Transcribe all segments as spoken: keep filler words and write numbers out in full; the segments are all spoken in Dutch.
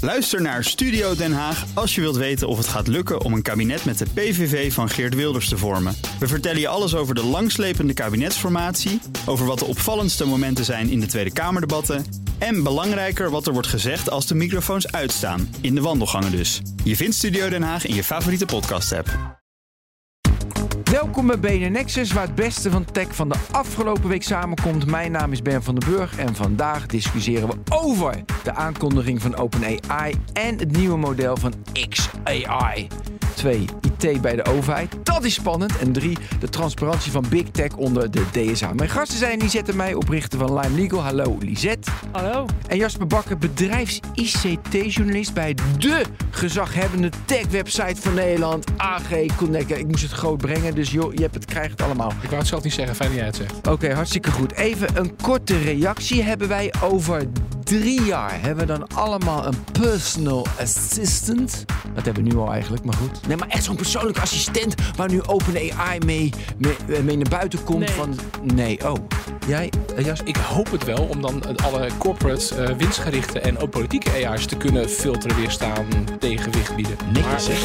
Luister naar Studio Den Haag als je wilt weten of het gaat lukken om een kabinet met de P V V van Geert Wilders te vormen. We vertellen je alles over de langslepende kabinetsformatie, over wat de opvallendste momenten zijn in de Tweede Kamerdebatten en belangrijker wat er wordt gezegd als de microfoons uitstaan, in de wandelgangen dus. Je vindt Studio Den Haag in je favoriete podcast-app. Welkom bij B N N Nexus, waar het beste van tech van de afgelopen week samenkomt. Mijn naam is Ben van den Burg en vandaag discussiëren we over de aankondiging van OpenAI en het nieuwe model van X A I. Twee, I T bij de overheid. Dat is spannend. En drie, de transparantie van Big Tech onder de D S A. Mijn gasten zijn Lisette Meij, oprichter van Lime Legal. Hallo Lisette. Hallo. En Jasper Bakker, bedrijfs-I C T-journalist bij de gezaghebbende tech-website van Nederland, A G Connect. Ik moest het groot brengen, dus joh, je hebt het, krijgt het allemaal. Ik wou het zelf niet zeggen, fijn dat jij het zegt. Oké, okay, hartstikke goed. Even een korte reactie. Hebben wij over drie jaar, hebben we dan allemaal een personal assistant? Dat hebben we nu al eigenlijk, maar goed. Nee, maar echt zo'n persoonlijke assistent waar nu OpenAI mee, mee, mee naar buiten komt. Nee. Van, nee, oh. Jij, uh, Jasper? Ik hoop het wel, om dan alle corporate, uh, winstgerichte en ook politieke A I's te kunnen filteren, weerstaan, tegenwicht bieden. Netjes zeg.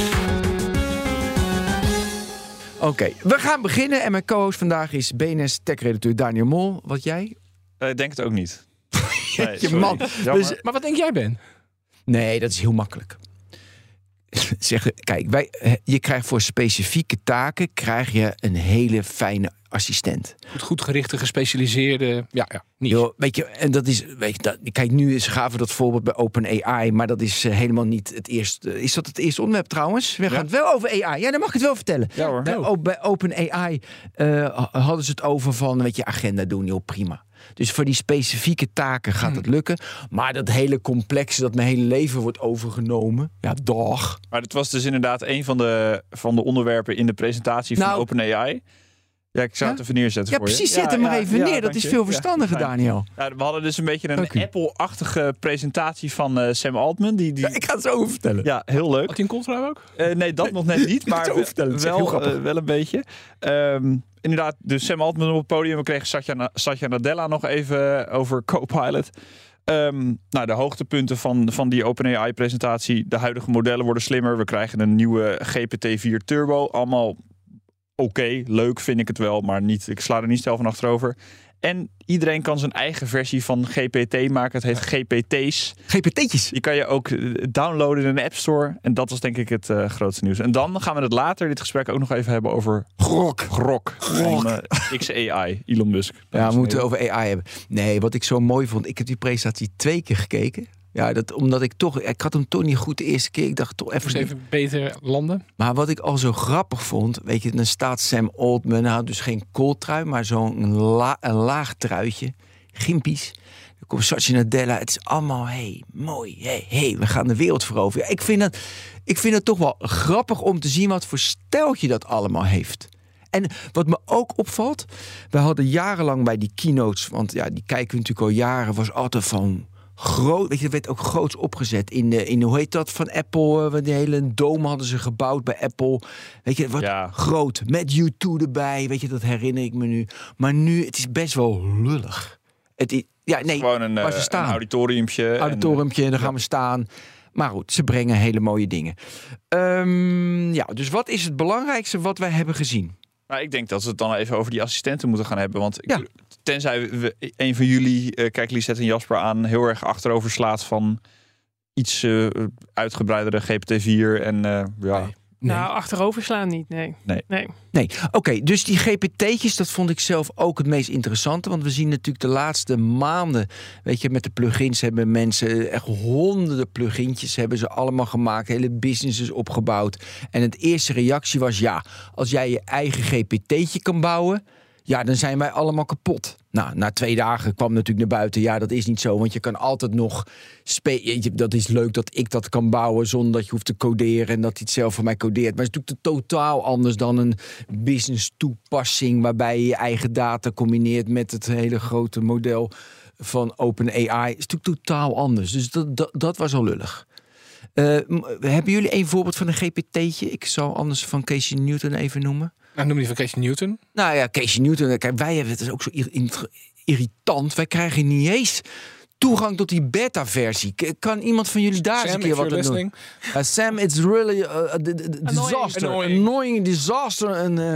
Oké, okay, we gaan beginnen. En mijn co-host vandaag is B N S tech-redacteur Daniel Mol. Wat jij? Ik uh, denk het ook niet. Nee, je man. Dus, maar wat denk jij, Ben? Nee, dat is heel makkelijk. Zeg, kijk, wij, je krijgt voor specifieke taken krijg je een hele fijne assistent. Goed, goed gerichte, gespecialiseerde. Ja, ja. Niet. Yo, weet je, en dat is, weet je, dat, kijk, nu is gaven dat voorbeeld bij OpenAI, maar dat is uh, helemaal niet het eerste. Is dat het eerste onderwerp trouwens? We gaan ja. het wel over A I. Ja, dan mag ik het wel vertellen. Ja, hoor. Bij, oh. bij OpenAI uh, hadden ze het over van, weet je, agenda doen, joh, prima. Dus voor die specifieke taken gaat het lukken. Maar dat hele complexe, dat mijn hele leven wordt overgenomen. Ja, dag. Maar het was dus inderdaad een van de, van de onderwerpen in de presentatie van nou, OpenAI. Ja, ik zou ja? het even neerzetten ja, voor precies, je. Zet ja, hem maar ja, even ja, neer. Dat is veel verstandiger, ja, Daniel. Ja, we hadden dus een beetje een Apple-achtige presentatie van uh, Sam Altman. Die, die... Ja, ik ga het zo over vertellen. Ja, heel leuk. Had hij een contract ook? Uh, nee, dat nog net niet. Maar wel, wel, uh, wel een beetje. Um, inderdaad, dus Sam Altman op het podium. We kregen Satya, Satya Nadella nog even over Copilot. Um, nou, de hoogtepunten van, van die OpenAI-presentatie. De huidige modellen worden slimmer. We krijgen een nieuwe G P T vier Turbo. Allemaal oké, okay, leuk vind ik het wel, maar niet, ik sla er niet snel van achterover. En iedereen kan zijn eigen versie van G P T maken. Het heet G P T's. G P T'tjes. Die kan je ook downloaden in een App Store. En dat was denk ik het uh, grootste nieuws. En dan gaan we het later, dit gesprek, ook nog even hebben over Grok. Grok. Grok. Van, uh, X A I, Elon Musk. Dat ja, we moeten het over A I hebben. Nee, wat ik zo mooi vond, ik heb die presentatie twee keer gekeken. Ja, dat, omdat ik toch... Ik had hem toch niet goed de eerste keer. Ik dacht toch even... even beter landen. Maar wat ik al zo grappig vond... Weet je, dan staat Sam Altman... Hij had dus geen kooltrui, maar zo'n la, een laag truitje. Gimpies. Dan komt Satya Nadella. Het is allemaal, hey, mooi. Hey, hey, we gaan de wereld veroveren. Ja, ik, vind het, ik vind het toch wel grappig om te zien... wat voor steltje dat allemaal heeft. En wat me ook opvalt... We hadden jarenlang bij die keynotes... Want ja, die kijken we natuurlijk al jaren... Was altijd van... Groot, weet je, dat werd ook groots opgezet in de, in hoe heet dat van Apple, uh, die hele dome hadden ze gebouwd bij Apple, weet je, wat ja. groot met U twee erbij, weet je, dat herinner ik me nu. Maar nu, het is best wel lullig. Het is, ja, nee, gewoon een, waar ze staan. een auditoriumpje, auditoriumpje, en daar ja. gaan we staan. Maar goed, ze brengen hele mooie dingen. Um, ja, dus wat is het belangrijkste wat wij hebben gezien? Nou, ik denk dat we het dan even over die assistenten moeten gaan hebben. Want ja. ik, tenzij we, een van jullie, uh, kijk Lisette en Jasper aan, heel erg achterover slaat van iets uh, uitgebreidere G P T vier. En uh, ja... Nee. Nee. Nou, achterover slaan niet, nee. Nee. nee. nee. Oké, okay, dus die G P T'tjes, dat vond ik zelf ook het meest interessante. Want we zien natuurlijk de laatste maanden, weet je, met de plugins hebben mensen, echt honderden plugintjes hebben ze allemaal gemaakt. Hele businesses opgebouwd. En het eerste reactie was, ja, als jij je eigen G P T'tje kan bouwen, ja, dan zijn wij allemaal kapot. Nou, na twee dagen kwam natuurlijk naar buiten. Ja, dat is niet zo, want je kan altijd nog... Spe- dat is leuk dat ik dat kan bouwen zonder dat je hoeft te coderen en dat hij het zelf voor mij codeert. Maar het is natuurlijk totaal anders dan een business toepassing waarbij je je eigen data combineert met het hele grote model van OpenAI. Het is natuurlijk totaal anders. Dus dat, dat, dat was al lullig. Uh, hebben jullie een voorbeeld van een G P T'tje? Ik zal anders van Casey Newton even noemen. Nou, noem die van Casey Newton. Nou ja, Casey Newton, kijk, wij hebben het is ook zo irritant. Wij krijgen niet eens toegang tot die beta-versie. Kan iemand van jullie daar eens een keer wat aan doen? Uh, Sam, it's really a, a, a disaster. Annoying. Annoying disaster. Een uh,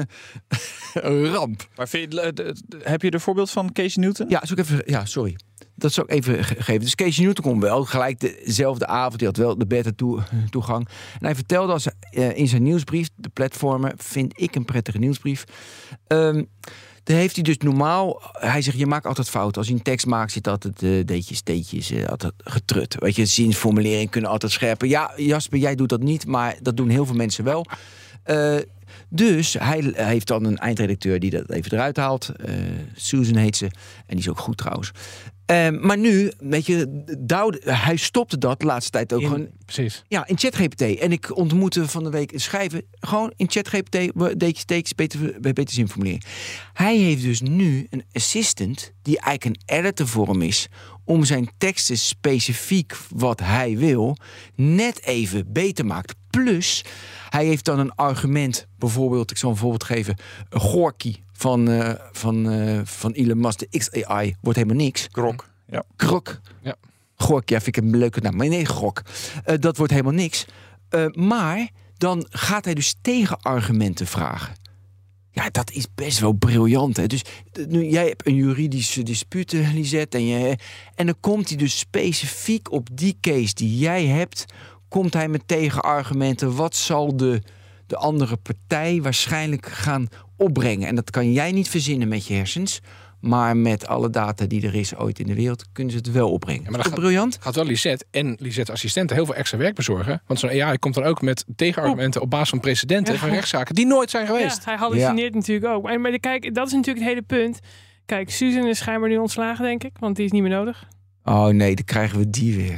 een ramp. Maar vind je, uh, heb je er voorbeeld van Casey Newton? Ja, zou ik even, ja, sorry. Dat zou ik even ge- geven. Dus Casey Newton kon wel gelijk dezelfde avond. Die had wel de beta-toegang. En hij vertelde als, uh, in zijn nieuwsbrief... de platformer vind ik een prettige nieuwsbrief... Um, Daar heeft hij dus normaal... Hij zegt, je maakt altijd fouten. Als je een tekst maakt, zit altijd uh, deetjes, teetjes, uh, altijd getrut. Weet je, zinsformulering kunnen altijd scherpen. Ja, Jasper, jij doet dat niet, maar dat doen heel veel mensen wel. Uh, dus hij, hij heeft dan een eindredacteur die dat even eruit haalt. Uh, Susan heet ze. En die is ook goed trouwens. Uh, maar nu, weet je, Douwe, hij stopte dat de laatste tijd ook in, gewoon. Precies. Ja, in ChatGPT. En ik ontmoette van de week een schrijver. Gewoon in ChatGPT, deetjes, tekens, beter, beter zinformulering. Hij heeft dus nu een assistant die eigenlijk een editor voor hem is. Om zijn teksten specifiek wat hij wil net even beter maakt. Plus, hij heeft dan een argument. Bijvoorbeeld, ik zal een voorbeeld geven. Gorky van, uh, van, uh, van Elon Musk, de X A I, wordt helemaal niks. Grok. Ja. Grok. Ja. Grok, ja, vind ik een leuke naam. Maar nee, Grok. Uh, dat wordt helemaal niks. Uh, maar dan gaat hij dus tegenargumenten vragen. Ja, dat is best wel briljant. Hè? Dus nu, jij hebt een juridische dispuut, Lisette. En, je, en dan komt hij dus specifiek op die case die jij hebt... komt hij met tegenargumenten. Wat zal de, de andere partij waarschijnlijk gaan opbrengen? En dat kan jij niet verzinnen met je hersens... Maar met alle data die er is ooit in de wereld... kunnen ze het wel opbrengen. Ja, maar dat is dat briljant? Gaat wel Lisette en Lisette assistenten heel veel extra werk bezorgen. Want zo'n A I komt dan ook met tegenargumenten... op basis van precedenten ja. van rechtszaken... die nooit zijn geweest. Ja, hij hallucineert ja. natuurlijk ook. En, maar kijk, dat is natuurlijk het hele punt. Kijk, Susan is schijnbaar nu ontslagen, denk ik. Want die is niet meer nodig. Oh nee, dan krijgen we die weer.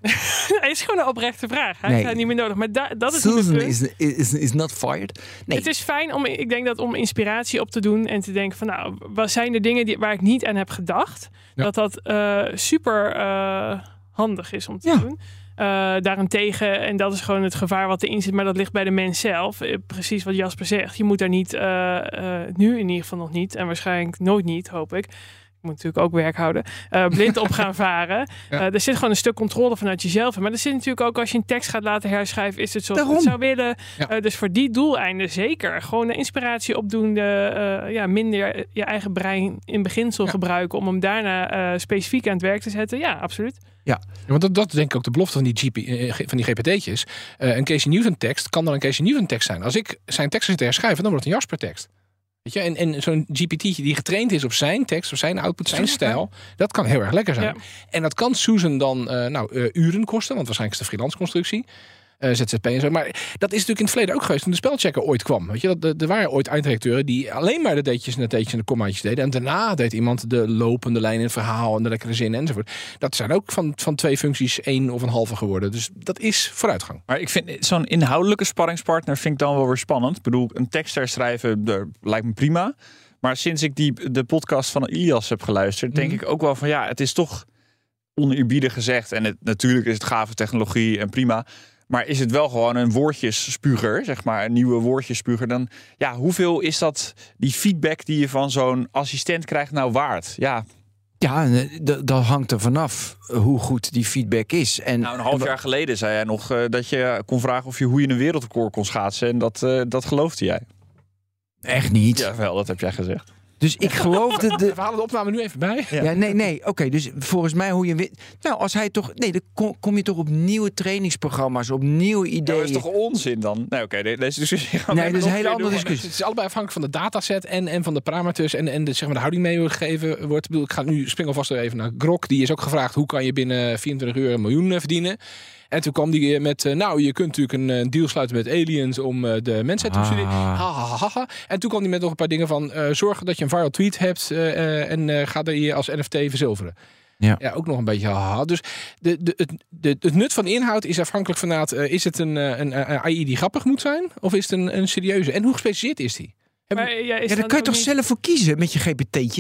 Het is gewoon een oprechte vraag. Hij nee. is niet meer nodig. Maar da- dat is Susan niet is, is, is not fired. Nee. Het is fijn om, ik denk dat om inspiratie op te doen en te denken van nou, wat zijn de dingen die, waar ik niet aan heb gedacht, ja. dat dat uh, super uh, handig is om te ja. doen. Uh, daarentegen, en dat is gewoon het gevaar wat erin zit, maar dat ligt bij de mens zelf. Uh, precies wat Jasper zegt. Je moet daar niet, uh, uh, nu in ieder geval nog niet, en waarschijnlijk nooit niet, hoop ik. Moet natuurlijk ook werk houden. Uh, blind op gaan varen. Ja. Uh, er zit gewoon een stuk controle vanuit jezelf in. Maar er zit natuurlijk ook als je een tekst gaat laten herschrijven, is het zoals je het zou willen. Ja. Uh, dus voor die doeleinden zeker. Gewoon de inspiratie opdoen. De, uh, ja, minder je eigen brein in beginsel ja. gebruiken. Om hem daarna uh, specifiek aan het werk te zetten. Ja, absoluut. Ja, ja want dat, dat denk ik ook de belofte van die, G P, uh, van die G P T'tjes. Uh, een Casey Newton tekst kan dan een Casey Newton tekst zijn. Als ik zijn tekst zit te herschrijven, dan wordt het een Jasper tekst. Weet je? En, en zo'n G P T die getraind is op zijn tekst, op zijn output, zijn stijl, dat kan heel erg lekker zijn. Ja. En dat kan Susan dan uh, nou, uh, uren kosten, want waarschijnlijk is de freelance constructie. Uh, Z Z P en zo. Maar dat is natuurlijk in het verleden ook geweest toen de spelchecker ooit kwam. Weet je, dat, er waren ooit eindredacteuren die alleen maar de deetjes en de teetjes en de kommaatjes deden. En daarna deed iemand de lopende lijn in het verhaal en de lekkere zinnen enzovoort. Dat zijn ook van, van twee functies één of een halve geworden. Dus dat is vooruitgang. Maar ik vind zo'n inhoudelijke sparringspartner vind ik dan wel weer spannend. Ik bedoel, een tekst herschrijven dat lijkt me prima. Maar sinds ik die, de podcast van Ilias heb geluisterd, denk mm-hmm. ik ook wel van ja, het is toch oneerbiedig gezegd. En het, natuurlijk is het gave technologie en prima. Maar is het wel gewoon een woordjesspuger, zeg maar, een nieuwe woordjesspuger? Dan, ja, hoeveel is dat, die feedback die je van zo'n assistent krijgt, nou waard? Ja, ja d- dat hangt er vanaf hoe goed die feedback is. En, nou, een half jaar geleden zei jij nog uh, dat je kon vragen of je hoe je een wereldrecord kon schaatsen. En dat, uh, dat geloofde jij. Echt niet? Jawel, dat heb jij gezegd. Dus ik geloofde... De... We halen de opname nu even bij. Ja, ja nee, nee. Oké, okay, dus volgens mij hoe je... Nou, als hij toch... Nee, dan kom, kom je toch op nieuwe trainingsprogramma's, op nieuwe ideeën. Ja, dat is toch onzin dan? Nee, oké, okay, deze discussie gaan we Nee, dat is een hele andere discussie. Het is allebei afhankelijk van de dataset en, en van de parameters en, en de, zeg maar, de houding mee gegeven wordt. Ik bedoel, ik ga nu spring alvast even naar Grok. Die is ook gevraagd, hoe kan je binnen vierentwintig uur een miljoen verdienen? En toen kwam die met, nou, je kunt natuurlijk een deal sluiten met aliens om de mensheid te bestuderen. Ah. Ha, ha, ha, ha. En toen kwam die met nog een paar dingen van, uh, zorg dat je een viral tweet hebt uh, uh, en uh, ga er je als N F T verzilveren. Ja. ja, ook nog een beetje haha. Dus de, de, het, de, het nut van de inhoud is afhankelijk van, uh, is het een, een, een A I die grappig moet zijn? Of is het een, een serieuze? En hoe gespecialiseerd is die? Maar, ja, is ja, daar kan je toch niet... zelf voor kiezen met je G P T'tje?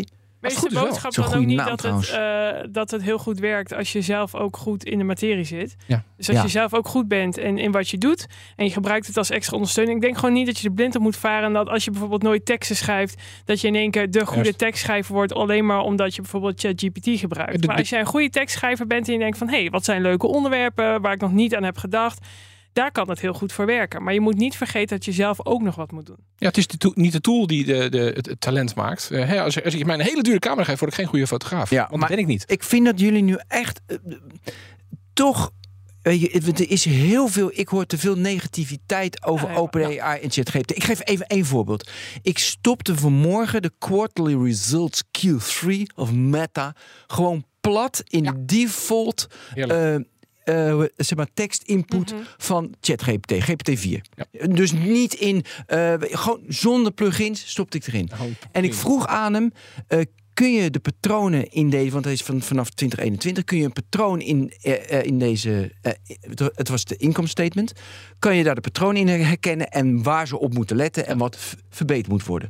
Maar is de dus boodschap dan ook niet dat het, uh, dat het heel goed werkt als je zelf ook goed in de materie zit? Ja. Dus als ja. je zelf ook goed bent in, in wat je doet en je gebruikt het als extra ondersteuning. Ik denk gewoon niet dat je er blind op moet varen en dat als je bijvoorbeeld nooit teksten schrijft, dat je in één keer de goede Juist. tekstschrijver wordt alleen maar omdat je bijvoorbeeld ChatGPT gebruikt. De, de, maar als jij een goede tekstschrijver bent en je denkt van hé, hey, wat zijn leuke onderwerpen waar ik nog niet aan heb gedacht. Daar kan het heel goed voor werken. Maar je moet niet vergeten dat je zelf ook nog wat moet doen. Ja, het is de to- niet de tool die de, de, het, het talent maakt. Uh, hè, als, als ik mij een hele dure camera geef, word ik geen goede fotograaf. Ja, Want maar dat ben ik niet. Ik vind dat jullie nu echt uh, toch... Weet je, er is heel veel, ik hoor te veel negativiteit over ja, ja, OpenAI ja. en ChatGPT. Ik geef even één voorbeeld. Ik stopte vanmorgen de quarterly results Q drie of Meta gewoon plat in ja. de default uh, uh, zeg maar tekst input mm-hmm. van ChatGPT, G P T vier. Ja. Dus niet in, uh, gewoon zonder plugins stopte ik erin. Oh, en ik vroeg aan hem, uh, kun je de patronen in deze, want hij is van, vanaf twintig eenentwintig, kun je een patroon in, uh, in deze, uh, het was de income statement, kan je daar de patronen in herkennen en waar ze op moeten letten en wat v- verbeterd moet worden.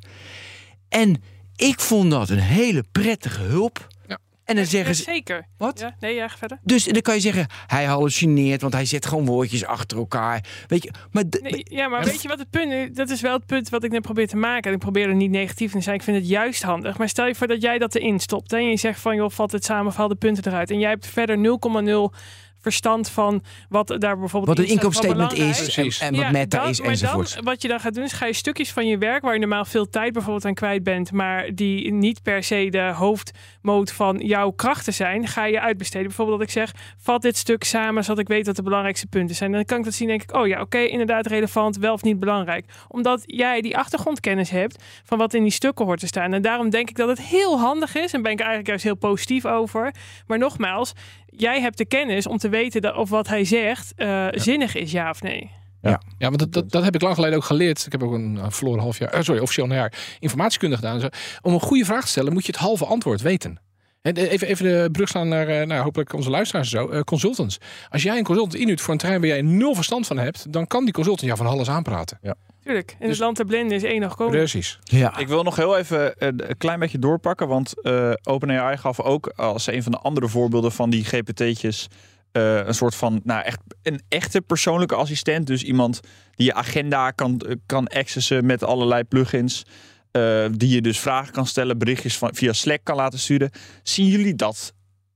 En ik vond dat een hele prettige hulp. Ja. En dan zeggen ze... Zeker. Wat? Ja, nee, ja, verder. Dus dan kan je zeggen, hij hallucineert, want hij zet gewoon woordjes achter elkaar. Weet je, maar... D- nee, ja, maar weet je wat het punt is? Dat is wel het punt wat ik net probeer te maken. En ik probeer er niet negatief in te zijn. Ik vind het juist handig. Maar stel je voor dat jij dat erin stopt. Hè, en je zegt van, joh, vat het samen, val de punten eruit. En jij hebt verder nul komma nul verstand van wat daar bijvoorbeeld wat een income statement is en, en wat ja, meta dan, is enzovoort. Dan, wat je dan gaat doen is ga je stukjes van je werk waar je normaal veel tijd bijvoorbeeld aan kwijt bent, maar die niet per se de hoofdmoot van jouw krachten zijn, ga je uitbesteden. Bijvoorbeeld dat ik zeg, vat dit stuk samen zodat ik weet wat de belangrijkste punten zijn. En dan kan ik dat zien, denk ik, oh ja, oké, okay, inderdaad relevant, wel of niet belangrijk. Omdat jij die achtergrondkennis hebt van wat in die stukken hoort te staan. En daarom denk ik dat het heel handig is en ben ik eigenlijk juist heel positief over. Maar nogmaals, jij hebt de kennis om te weten dat of wat hij zegt uh, ja. zinnig is, ja of nee. Ja, ja maar dat, dat, dat heb ik lang geleden ook geleerd. Ik heb ook een uh, verloren half jaar, uh, sorry, officieel een jaar informatiekunde gedaan. Zo. Om een goede vraag te stellen moet je het halve antwoord weten. En even, even de brug slaan naar uh, nou, hopelijk onze luisteraars en zo. Uh, consultants. Als jij een consultant inhuurt voor een terrein waar jij nul verstand van hebt, dan kan die consultant jou van alles aanpraten. Ja. Tuurlijk. In dus, het land der blinden is één nog komen. Precies. Ja. Ik wil nog heel even een klein beetje doorpakken. Want uh, OpenAI gaf ook als een van de andere voorbeelden van die G P T'tjes uh, een soort van, nou echt een echte persoonlijke assistent. Dus iemand die je agenda kan, kan accessen met allerlei plugins. Uh, die je dus vragen kan stellen, berichtjes van, via Slack kan laten sturen. Zien jullie dat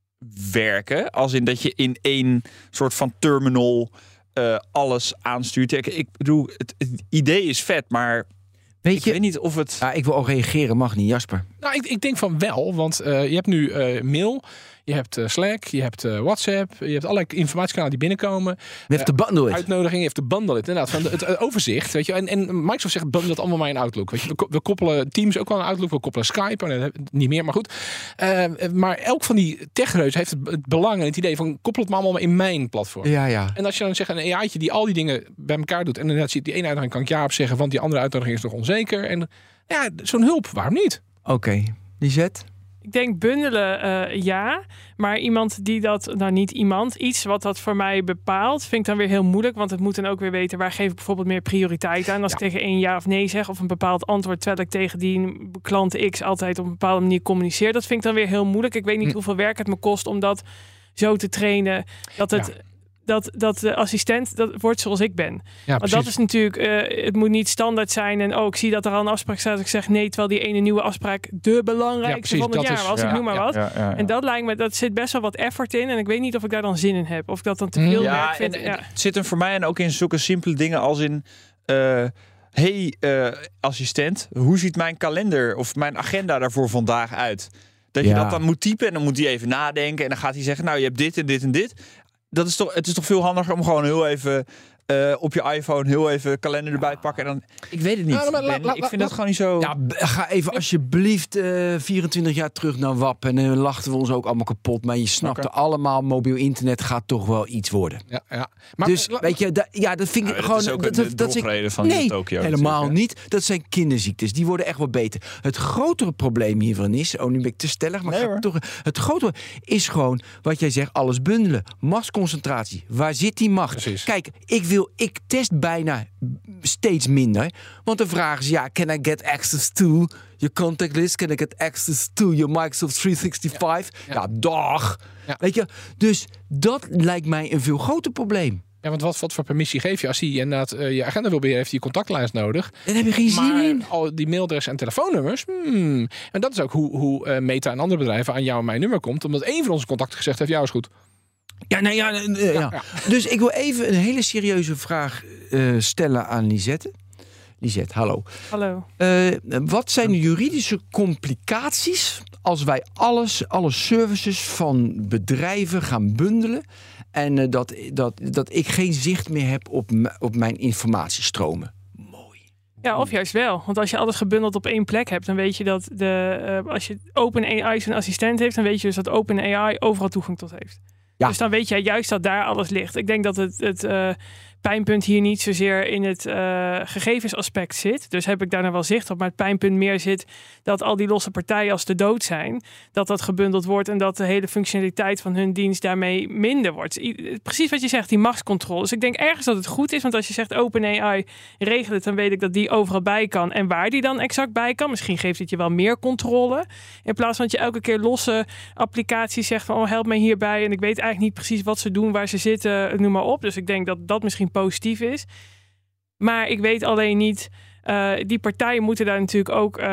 werken? Als in dat je in één soort van terminal Uh, alles aanstuurt. Ik, ik bedoel, het, het idee is vet, maar weet ik je, weet niet of het... Ja, ik wil ook reageren, mag niet, Jasper. Nou, ik, ik denk van wel, want uh, je hebt nu uh, mail, je hebt uh, Slack, je hebt uh, WhatsApp, je hebt allerlei informatiekanalen die binnenkomen. Je hebt de bundle it. Uitnodiging, je hebt de bundle it. Inderdaad, van de, het, het overzicht, weet je. En, en Microsoft zegt bundle dat allemaal maar in Outlook. Weet je, we, we koppelen Teams ook wel in Outlook, we koppelen Skype, uh, niet meer, maar goed. Uh, maar elk van die techreuzen heeft het, het belang en het idee van koppel het maar allemaal in mijn platform. Ja, ja. En als je dan zegt een A I'tje die al die dingen bij elkaar doet en inderdaad ziet die ene uitnodiging kan ik ja op zeggen, want die andere uitnodiging is nog onzeker. En ja, zo'n hulp, waarom niet? Oké, okay. Lisette? Ik denk bundelen, uh, ja. Maar iemand die dat, nou niet iemand, iets wat dat voor mij bepaalt, vind ik dan weer heel moeilijk. Want het moet dan ook weer weten, waar geef ik bijvoorbeeld meer prioriteit aan? Als ja. ik tegen één ja of nee zeg, of een bepaald antwoord, terwijl ik tegen die klant X altijd op een bepaalde manier communiceer. Dat vind ik dan weer heel moeilijk. Ik weet niet hm. hoeveel werk het me kost om dat zo te trainen. Dat het... Ja. Dat, dat de assistent dat wordt zoals ik ben. Ja, want dat is natuurlijk, uh, het moet niet standaard zijn. En oh, ik zie dat er al een afspraak staat. Dat ik zeg nee, terwijl die ene nieuwe afspraak de belangrijkste ja, van het jaar is, was. Ja, ik noem maar ja, wat. Ja, ja, ja. En dat lijkt me, dat zit best wel wat effort in. En ik weet niet of ik daar dan zin in heb. Of ik dat dan te veel ja, werk vind. En, ja. Het zit hem voor mij en ook in zulke simpele dingen als in... Uh, hey uh, assistent, hoe ziet mijn kalender of mijn agenda daarvoor vandaag uit? Dat je ja. dat dan moet typen en dan moet hij even nadenken. En dan gaat hij zeggen, nou je hebt dit en dit en dit. Dat is toch, het is toch veel handiger om gewoon heel even uh, op je iPhone heel even kalender erbij te pakken. En dan, ik weet het niet. Ja, maar, la, la, ik vind la, dat gewoon niet zo... Ja, ga even alsjeblieft uh, vierentwintig jaar terug naar W A P. En dan uh, lachten we ons ook allemaal kapot. Maar je snapte okay. allemaal, mobiel internet gaat toch wel iets worden. Ja, ja. Maar, dus la, weet je, da, ja, dat vind ik ja, gewoon... Dat is ook dat, de dat, drogreden van nee, Tokio. helemaal niet. Dat zijn kinderziektes. Die worden echt wel beter. Het grotere probleem hiervan is... Oh, nu ben ik te stellig, maar nee, toch, het grotere is gewoon wat jij zegt, alles bundelen. Machtsconcentratie. Waar zit die macht? Precies. Kijk, ik wil... Ik test bijna steeds minder. Want dan vragen ze, ja, can I get access to your contact list? Can I get access to your Microsoft driehonderdzesenzestig? Ja, ja. ja dag. Ja. Weet je, dus dat lijkt mij een veel groter probleem. Ja, want wat, wat voor permissie geef je als hij inderdaad uh, je agenda wil beheren, heeft hij je contactlijst nodig. Dan heb je geen zin maar in. Al die mailadressen en telefoonnummers. Hmm. En dat is ook hoe, hoe uh, Meta en andere bedrijven aan jou en mijn nummer komt. Omdat één van onze contacten gezegd heeft, jou is goed. Ja, nou ja, uh, ja. ja. Dus ik wil even een hele serieuze vraag uh, stellen aan Lisette. Lisette, hallo. Hallo. Uh, wat zijn de juridische complicaties als wij alles, alle services van bedrijven gaan bundelen en uh, dat, dat, dat ik geen zicht meer heb op, m- op mijn informatiestromen? Mooi. Ja, of juist wel. Want als je alles gebundeld op één plek hebt, dan weet je dat de, uh, als je OpenAI zo'n assistent heeft, dan weet je dus dat OpenAI overal toegang tot heeft. Ja. Dus dan weet jij juist dat daar alles ligt. Ik denk dat het, het uh, pijnpunt hier niet zozeer in het uh, gegevensaspect zit. Dus heb ik daar nou wel zicht op. Maar het pijnpunt meer zit dat al die losse partijen als de dood zijn, dat dat gebundeld wordt en dat de hele functionaliteit van hun dienst daarmee minder wordt. Precies wat je zegt, die machtscontrole. Dus ik denk ergens dat het goed is. Want als je zegt OpenAI regelt het, dan weet ik dat die overal bij kan. En waar die dan exact bij kan. Misschien geeft het je wel meer controle. In plaats van dat je elke keer losse applicaties zegt van oh, help mij hierbij. En ik weet eigenlijk niet precies wat ze doen, waar ze zitten, noem maar op. Dus ik denk dat dat misschien positief is. Maar ik weet alleen niet, uh, die partijen moeten daar natuurlijk ook uh, uh,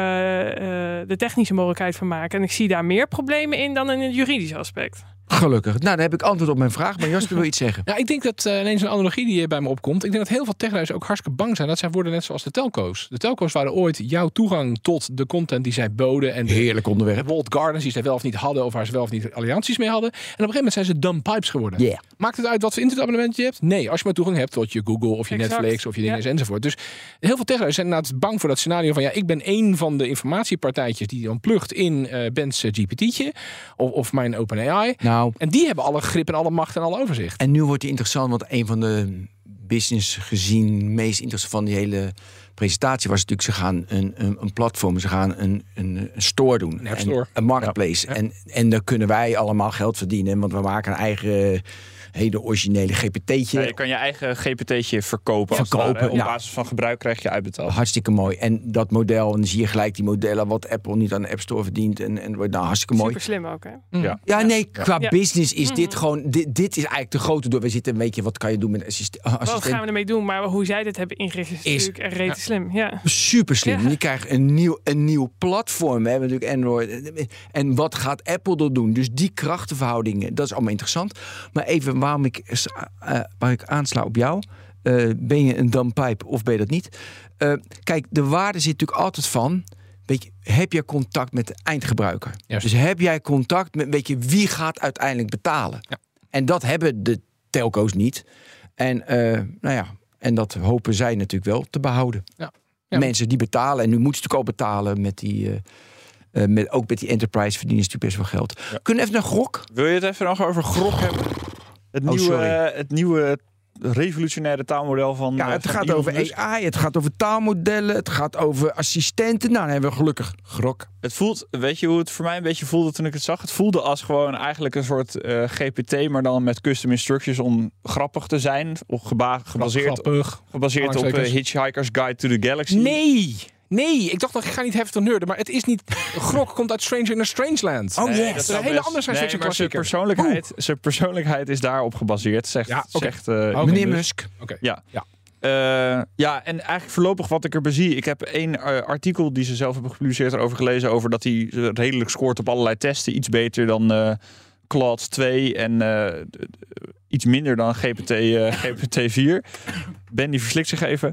de technische mogelijkheid van maken. En ik zie daar meer problemen in dan in het juridische aspect. Gelukkig. Nou, dan heb ik antwoord op mijn vraag. Maar Jasper wil iets zeggen. Ja, ik denk dat uh, ineens een analogie die bij me opkomt. Ik denk dat heel veel techhuizen ook hartstikke bang zijn dat zij worden net zoals de telco's. De telco's waren ooit jouw toegang tot de content die zij boden. En heerlijk onderwerp. Walled gardens die zij wel of niet hadden. Of waar ze wel of niet allianties mee hadden. En op een gegeven moment zijn ze dumb pipes geworden. Yeah. Maakt het uit wat voor internetabonnement je hebt? Nee, als je maar toegang hebt tot je Google of je exact. Netflix of je dingen ja. enzovoort. Dus heel veel techhuizen zijn inderdaad bang voor dat scenario van ja, ik ben één van de informatiepartijtjes die dan plugt in uh, Ben's G P T'tje. Of, of mijn OpenAI. Nou. En die hebben alle grip en alle macht en alle overzicht. En nu wordt het interessant, want een van de business gezien meest interessant van die hele presentatie was natuurlijk, ze gaan een, een, een platform, ze gaan een, een, een store doen. Een, store. En, een marketplace. Ja. Ja. En, en daar kunnen wij allemaal geld verdienen, want we maken een eigen hele originele G P T'tje. Ja, je kan je eigen G P T'tje verkopen. verkopen daar, op ja. basis van gebruik krijg je uitbetaald. Hartstikke mooi. En dat model, en dan zie je gelijk die modellen wat Apple niet aan de App Store verdient. En, en nou, hartstikke mooi. Super slim ook, hè? Mm. Ja. ja, nee, qua ja. business is mm-hmm. dit gewoon, dit, dit is eigenlijk de grote door. We zitten een beetje, wat kan je doen met assist- assistent? Wat gaan we ermee doen? Maar hoe zij dit hebben ingericht is, is natuurlijk echt rete ja. slim. Ja. Super slim. Ja. Je krijgt een nieuw, een nieuw platform. We hebben natuurlijk Android. En wat gaat Apple er doen? Dus die krachtenverhoudingen, dat is allemaal interessant. Maar even waarom ik, uh, waar ik aansla op jou. Uh, ben je een dumb pipe of ben je dat niet? Uh, kijk, de waarde zit natuurlijk altijd van, weet je, heb jij contact met de eindgebruiker? Yes. Dus heb jij contact met, weet je, wie gaat uiteindelijk betalen? Ja. En dat hebben de telco's niet. En uh, nou ja, en dat hopen zij natuurlijk wel te behouden. Ja. Ja. Mensen die betalen, en nu moeten ze natuurlijk al betalen met die, uh, uh, met, ook met die enterprise verdienen ze natuurlijk best wel geld. Ja. Kunnen we even naar Grok? Wil je het even nog over Grok hebben? Het oh, nieuwe, uh, het nieuwe revolutionaire taalmodel van. Ja, het van gaat over A I, het gaat over taalmodellen, het gaat over assistenten. Nou, dan hebben we gelukkig Grok. Het voelt, weet je hoe het voor mij een beetje voelde toen ik het zag? Het voelde als gewoon eigenlijk een soort uh, G P T, maar dan met custom instructions om grappig te zijn. Of geba- gebaseerd, Grappig. gebaseerd op uh, Hitchhiker's Guide to the Galaxy. Nee! Nee, ik dacht nog, ik ga niet heftig nerden, maar het is niet. Grok komt uit Stranger in a Strange Land. Oh, yes. Nee, dat is een hele andere science fiction nee, zijn persoonlijkheid, zijn persoonlijkheid is daarop gebaseerd, zegt, ja, okay. zegt uh, okay. meneer Musk. Okay. Ja. Ja. Uh, ja, en eigenlijk voorlopig wat ik erbij zie. Ik heb één uh, artikel die ze zelf hebben gepubliceerd erover gelezen, over dat hij redelijk scoort op allerlei testen. Iets beter dan uh, Claude twee en uh, iets minder dan G P T, uh, G P T vier. Ben die verslikt zich even.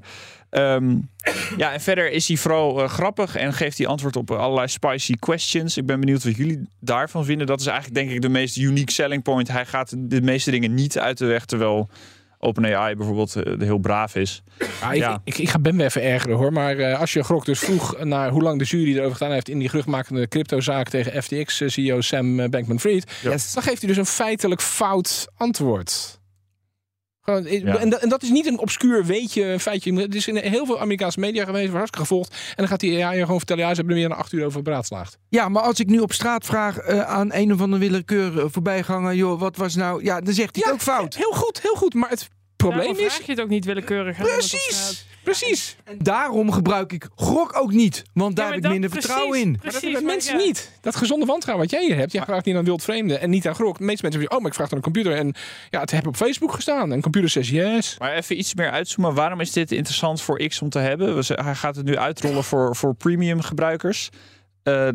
Um, ja, en verder is hij vooral uh, grappig en geeft hij antwoord op uh, allerlei spicy questions. Ik ben benieuwd wat jullie daarvan vinden. Dat is eigenlijk denk ik de meest unique selling point. Hij gaat de meeste dingen niet uit de weg, terwijl OpenAI bijvoorbeeld uh, heel braaf is. Ja, ik, ja. ik, ik ga Ben weer even ergeren hoor. Maar uh, als je Grok dus vroeg naar hoe lang de jury erover gedaan heeft in die geruchtmakende cryptozaak tegen F T X C E O Sam Bankman-Fried, yes. dan geeft hij dus een feitelijk fout antwoord. Gewoon, ja. en, dat, en dat is niet een obscuur weetje, een feitje. Het is in heel veel Amerikaanse media geweest, hartstikke gevolgd. En dan gaat die A I gewoon vertellen, ja, ze hebben er meer dan acht uur over beraadslaagd. Ja, maar als ik nu op straat vraag uh, aan een of andere willekeur uh, voorbijganger, joh, wat was nou... Ja, dan zegt hij ja, ook fout. Heel goed, heel goed. Maar het probleem Daarom is... vraag je het ook niet willekeurig. Precies, precies. En daarom gebruik ik Grok ook niet. Want daar Ja, heb ik dat- minder precies, vertrouwen in. Maar dat Precies, hebben maar mensen ja. niet. Dat gezonde wantrouwen wat jij hier hebt. Jij vraagt niet aan wildvreemden en niet aan Grok. De meeste mensen zeggen, oh, maar ik vraag aan een computer. En ja, het heb op Facebook gestaan. En de computer zegt yes. Maar even iets meer uitzoomen. Waarom is dit interessant voor X om te hebben? We- Hij gaat het nu uitrollen voor, voor premium gebruikers. Uh,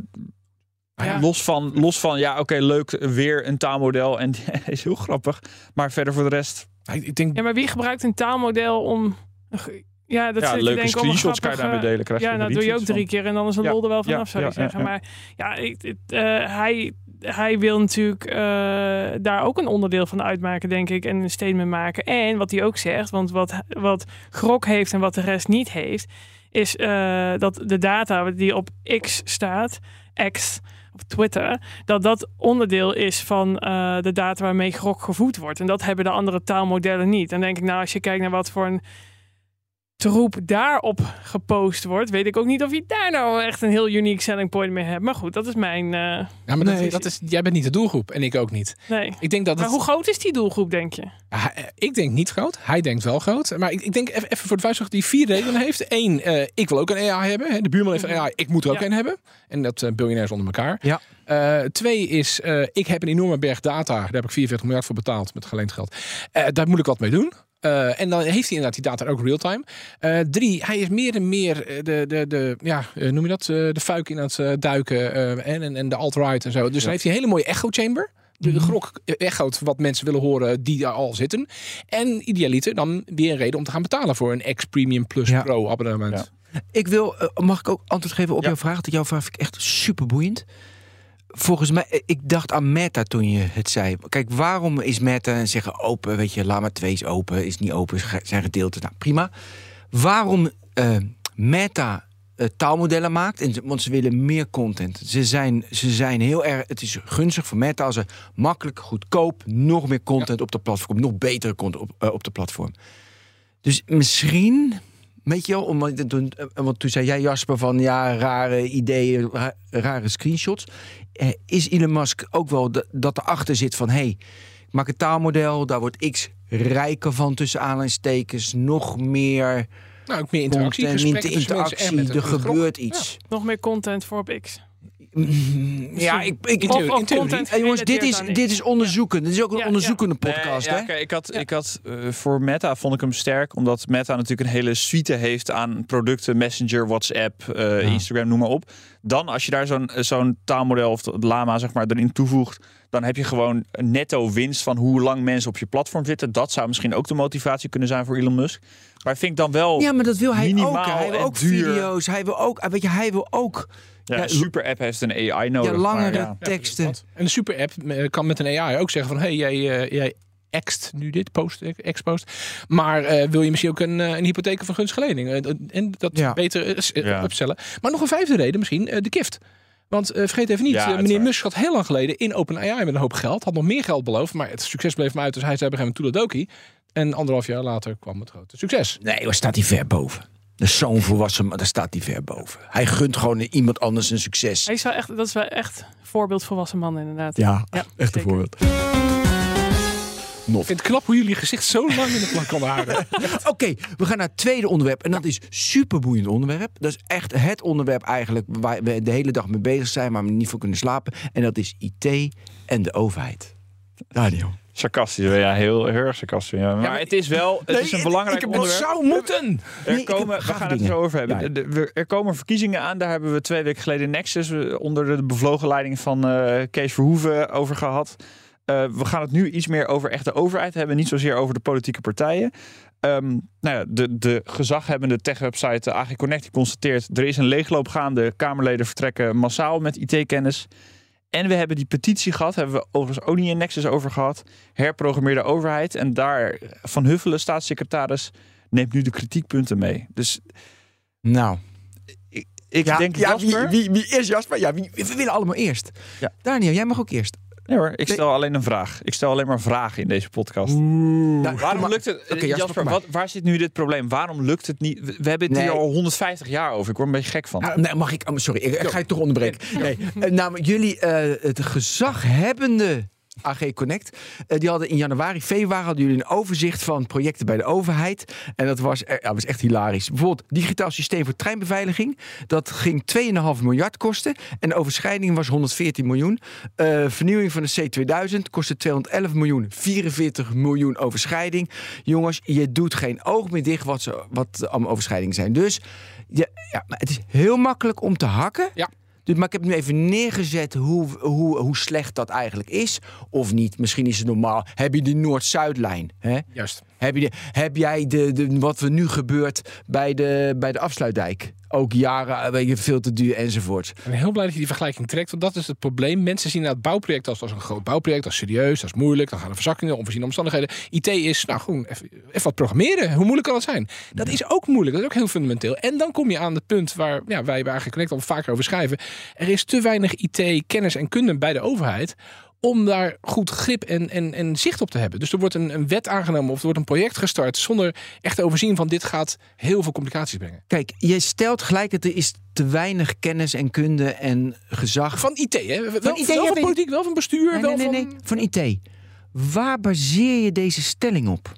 Ja. Los van, los van ja, oké, okay, leuk, weer een taalmodel. En die is heel grappig. Maar verder voor de rest... Ik denk... Ja, maar wie gebruikt een taalmodel om... Ja, dat Ja, zit je leuke denken om een screenshots kan je grappige- daarmee delen. Krijg je Ja, een dat doe je ook retweet drie keer en dan is een Ja, lol er wel vanaf, ja, zou je ja, zeggen. ja, ja. Maar ja, ik, het, uh, hij, hij wil natuurlijk uh, daar ook een onderdeel van uitmaken, denk ik. En een statement maken. En wat hij ook zegt, want wat, wat Grok heeft en wat de rest niet heeft... is uh, dat de data die op X staat, X... op Twitter, dat dat onderdeel is van uh, de data waarmee Grok gevoed wordt. En dat hebben de andere taalmodellen niet. Dan denk ik, nou, als je kijkt naar wat voor een troep daarop gepost wordt, weet ik ook niet of je daar nou echt een heel unique selling point mee hebt. Maar goed, dat is mijn... Uh, ja, maar nee. dat, dat is, jij bent niet de doelgroep en ik ook niet. nee. Ik denk dat Maar het, hoe groot is die doelgroep, denk je? Ja, ik denk niet groot. Hij denkt wel groot. Maar ik, ik denk even, even voor de vuist die vier redenen heeft. Eén, uh, ik wil ook een A I hebben. Hè. De buurman heeft een A I, ik moet er ook Ja. een hebben. En dat uh, biljonairs onder elkaar. Ja. Uh, twee is, uh, ik heb een enorme berg data. Daar heb ik vierenveertig miljard voor betaald met geleend geld. Uh, daar moet ik wat mee doen. Uh, en dan heeft hij inderdaad die data ook real-time. Uh, drie, hij is meer en meer de, de, de ja, uh, noem je dat? Uh, de fuik in het uh, duiken uh, en, en de alt-right en zo. Dus ja. Dan heeft hij een hele mooie echo chamber. De, de Grok echoot wat mensen willen horen die daar al zitten. En idealiter dan weer een reden om te gaan betalen voor een X Premium Plus Ja. Pro abonnement. Ja. Ik wil, uh, mag ik ook antwoord geven op Ja. jouw vraag? Want jouw vraag vind ik echt super boeiend. Volgens mij, ik dacht aan Meta toen je het zei. Kijk, waarom is Meta zeggen open? Weet je, Llama twee is open, is niet open, zijn gedeelten. Nou, prima. Waarom uh, Meta uh, taalmodellen maakt? En, want ze willen meer content. Ze zijn, ze zijn heel erg. Het is gunstig voor Meta als er makkelijk, goedkoop, nog meer content ja. op de platform, nog betere content op, uh, op de platform. Dus misschien. Weet je wel, om, toen, want toen zei jij, Jasper, van ja, rare ideeën, ra, rare screenshots. Eh, is Elon Musk ook wel de, dat erachter zit van, hé, hey, ik maak een taalmodel, daar wordt X rijker van, tussen aanhalingstekens, nog meer... Nou, ook meer interactie, content, meer interactie, er gebeurt iets. Ja. Nog meer content voor op X. Ja, ik, ik, of, of content hey, jongens, dit is, dit is onderzoeken. Dit is ook een ja, onderzoekende ja. podcast, nee, hè? Ja, kijk, ik had, ja. ik had uh, voor Meta vond ik hem sterk, omdat Meta natuurlijk een hele suite heeft aan producten, Messenger, WhatsApp, uh, ja. Instagram, noem maar op. Dan als je daar zo'n zo'n taalmodel of Llama zeg maar erin toevoegt, dan heb je gewoon een netto winst van hoe lang mensen op je platform zitten. Dat zou misschien ook de motivatie kunnen zijn voor Elon Musk. Maar vind ik dan wel. Ja, maar dat wil hij ook. Hij wil ook duur. video's. Hij wil ook. Weet je, hij wil ook. Ja, ja, een super app heeft een A I nodig. Ja, langere maar, ja. teksten. Ja, en de super app kan met een A I ook zeggen van, hey, jij, uh, jij ext nu dit, post, ex-post. Maar uh, wil je misschien ook een, uh, een hypotheek of een gunstige lening? Uh, en dat ja. beter uh, ja. opstellen. Maar nog een vijfde reden misschien, uh, de gift. Want uh, vergeet even niet, ja, uh, meneer Musk had heel lang geleden in OpenAI met een hoop geld. Had nog meer geld beloofd, maar het succes bleef hem uit. Dus hij zei op een gegeven moment toedeledokie. En anderhalf jaar later kwam het grote succes. Nee, waar staat hij ver boven? Dat is zo'n volwassen, maar daar staat hij ver boven. Hij gunt gewoon iemand anders een succes. Hij is wel echt, dat is wel echt voorbeeld volwassen man inderdaad. Ja, ja echt een voorbeeld. Not. Ik vind het knap hoe jullie gezicht zo lang in de plank kan houden. Oké, okay, we gaan naar het tweede onderwerp. En dat is super boeiend onderwerp. Dat is echt het onderwerp eigenlijk waar we de hele dag mee bezig zijn, maar we niet voor kunnen slapen. En dat is I T en de overheid. Daniel. Sarcastisch, ja, heel, heel erg sarcastisch. Ja. Maar, ja, maar het is wel, het nee, is een belangrijk ik, onderwerp. Het zou moeten. Er nee, komen, we gaan het er zo over hebben. Ja, ja. De, de, er komen verkiezingen aan. Daar hebben we twee weken geleden Nexus onder de bevlogen leiding van uh, Kees Verhoeven over gehad. Uh, we gaan het nu iets meer over echt de overheid hebben, niet zozeer over de politieke partijen. Um, nou ja, de, de gezaghebbende tech-website A G Connect constateert, er is een leegloop gaande. Kamerleden vertrekken massaal met I T-kennis. En we hebben die petitie gehad, hebben we overigens ook niet in Nexus over gehad. Herprogrammeerde overheid. En daar Van Huffelen, staatssecretaris, neemt nu de kritiekpunten mee. Dus nou, ik, ik ja, denk ja, Jasper. Wie, wie, wie eerst Jasper? Ja, wie, we willen allemaal eerst. Ja. Daniel, jij mag ook eerst. Nee hoor, ik stel alleen een vraag. Ik stel alleen maar vragen in deze podcast. Oeh, Waarom lukt het? Okay, Jasper, Jasper wat, waar zit nu dit probleem? Waarom lukt het niet? We hebben het nee. hier al honderdvijftig jaar over. Ik word een beetje gek van. Uh, nee, mag ik? Oh, sorry, ik, ik ga je toch onderbreken. Nee, uh, namelijk jullie, uh, het gezaghebbende A G Connect. Uh, die hadden in januari, februari hadden jullie een overzicht van projecten bij de overheid. En dat was, uh, ja, was echt hilarisch. Bijvoorbeeld digitaal systeem voor treinbeveiliging. Dat ging twee komma vijf miljard kosten. En de overschrijding was honderdveertien miljoen. Uh, vernieuwing van de C tweeduizend kostte tweehonderdelf miljoen. vierenveertig miljoen overschrijding. Jongens, je doet geen oog meer dicht wat, ze, wat allemaal overschrijdingen zijn. Dus ja, ja, maar het is heel makkelijk om te hakken. Ja. Dus, maar ik heb nu even neergezet hoe, hoe, hoe slecht dat eigenlijk is. Of niet. Misschien is het normaal. Heb je die Noord-Zuidlijn? Hè? Juist. Heb, je de, heb jij de, de, wat er nu gebeurt bij de, bij de Afsluitdijk? Ook jaren, weet je, veel te duur enzovoort. Ik ben heel blij dat je die vergelijking trekt, want dat is het probleem. Mensen zien het bouwproject als, als een groot bouwproject, als serieus, dat is moeilijk, dan gaan er verzakkingen, onvoorziene omstandigheden. I T is, nou gewoon even, even wat programmeren. Hoe moeilijk kan het zijn? Dat is ook moeilijk, dat is ook heel fundamenteel. En dan kom je aan het punt waar ja, wij bij A G Connect al vaker over schrijven. Er is te weinig I T, kennis en kunde bij de overheid om daar goed grip en, en, en zicht op te hebben. Dus er wordt een, een wet aangenomen of er wordt een project gestart zonder echt te overzien van dit gaat heel veel complicaties brengen. Kijk, je stelt gelijk dat er is te weinig kennis en kunde en gezag. Van I T, hè? Wel Van van, I T, wel ja, van politiek, wel van bestuur. Nee, wel nee, nee, van... nee, van I T. Waar baseer je deze stelling op?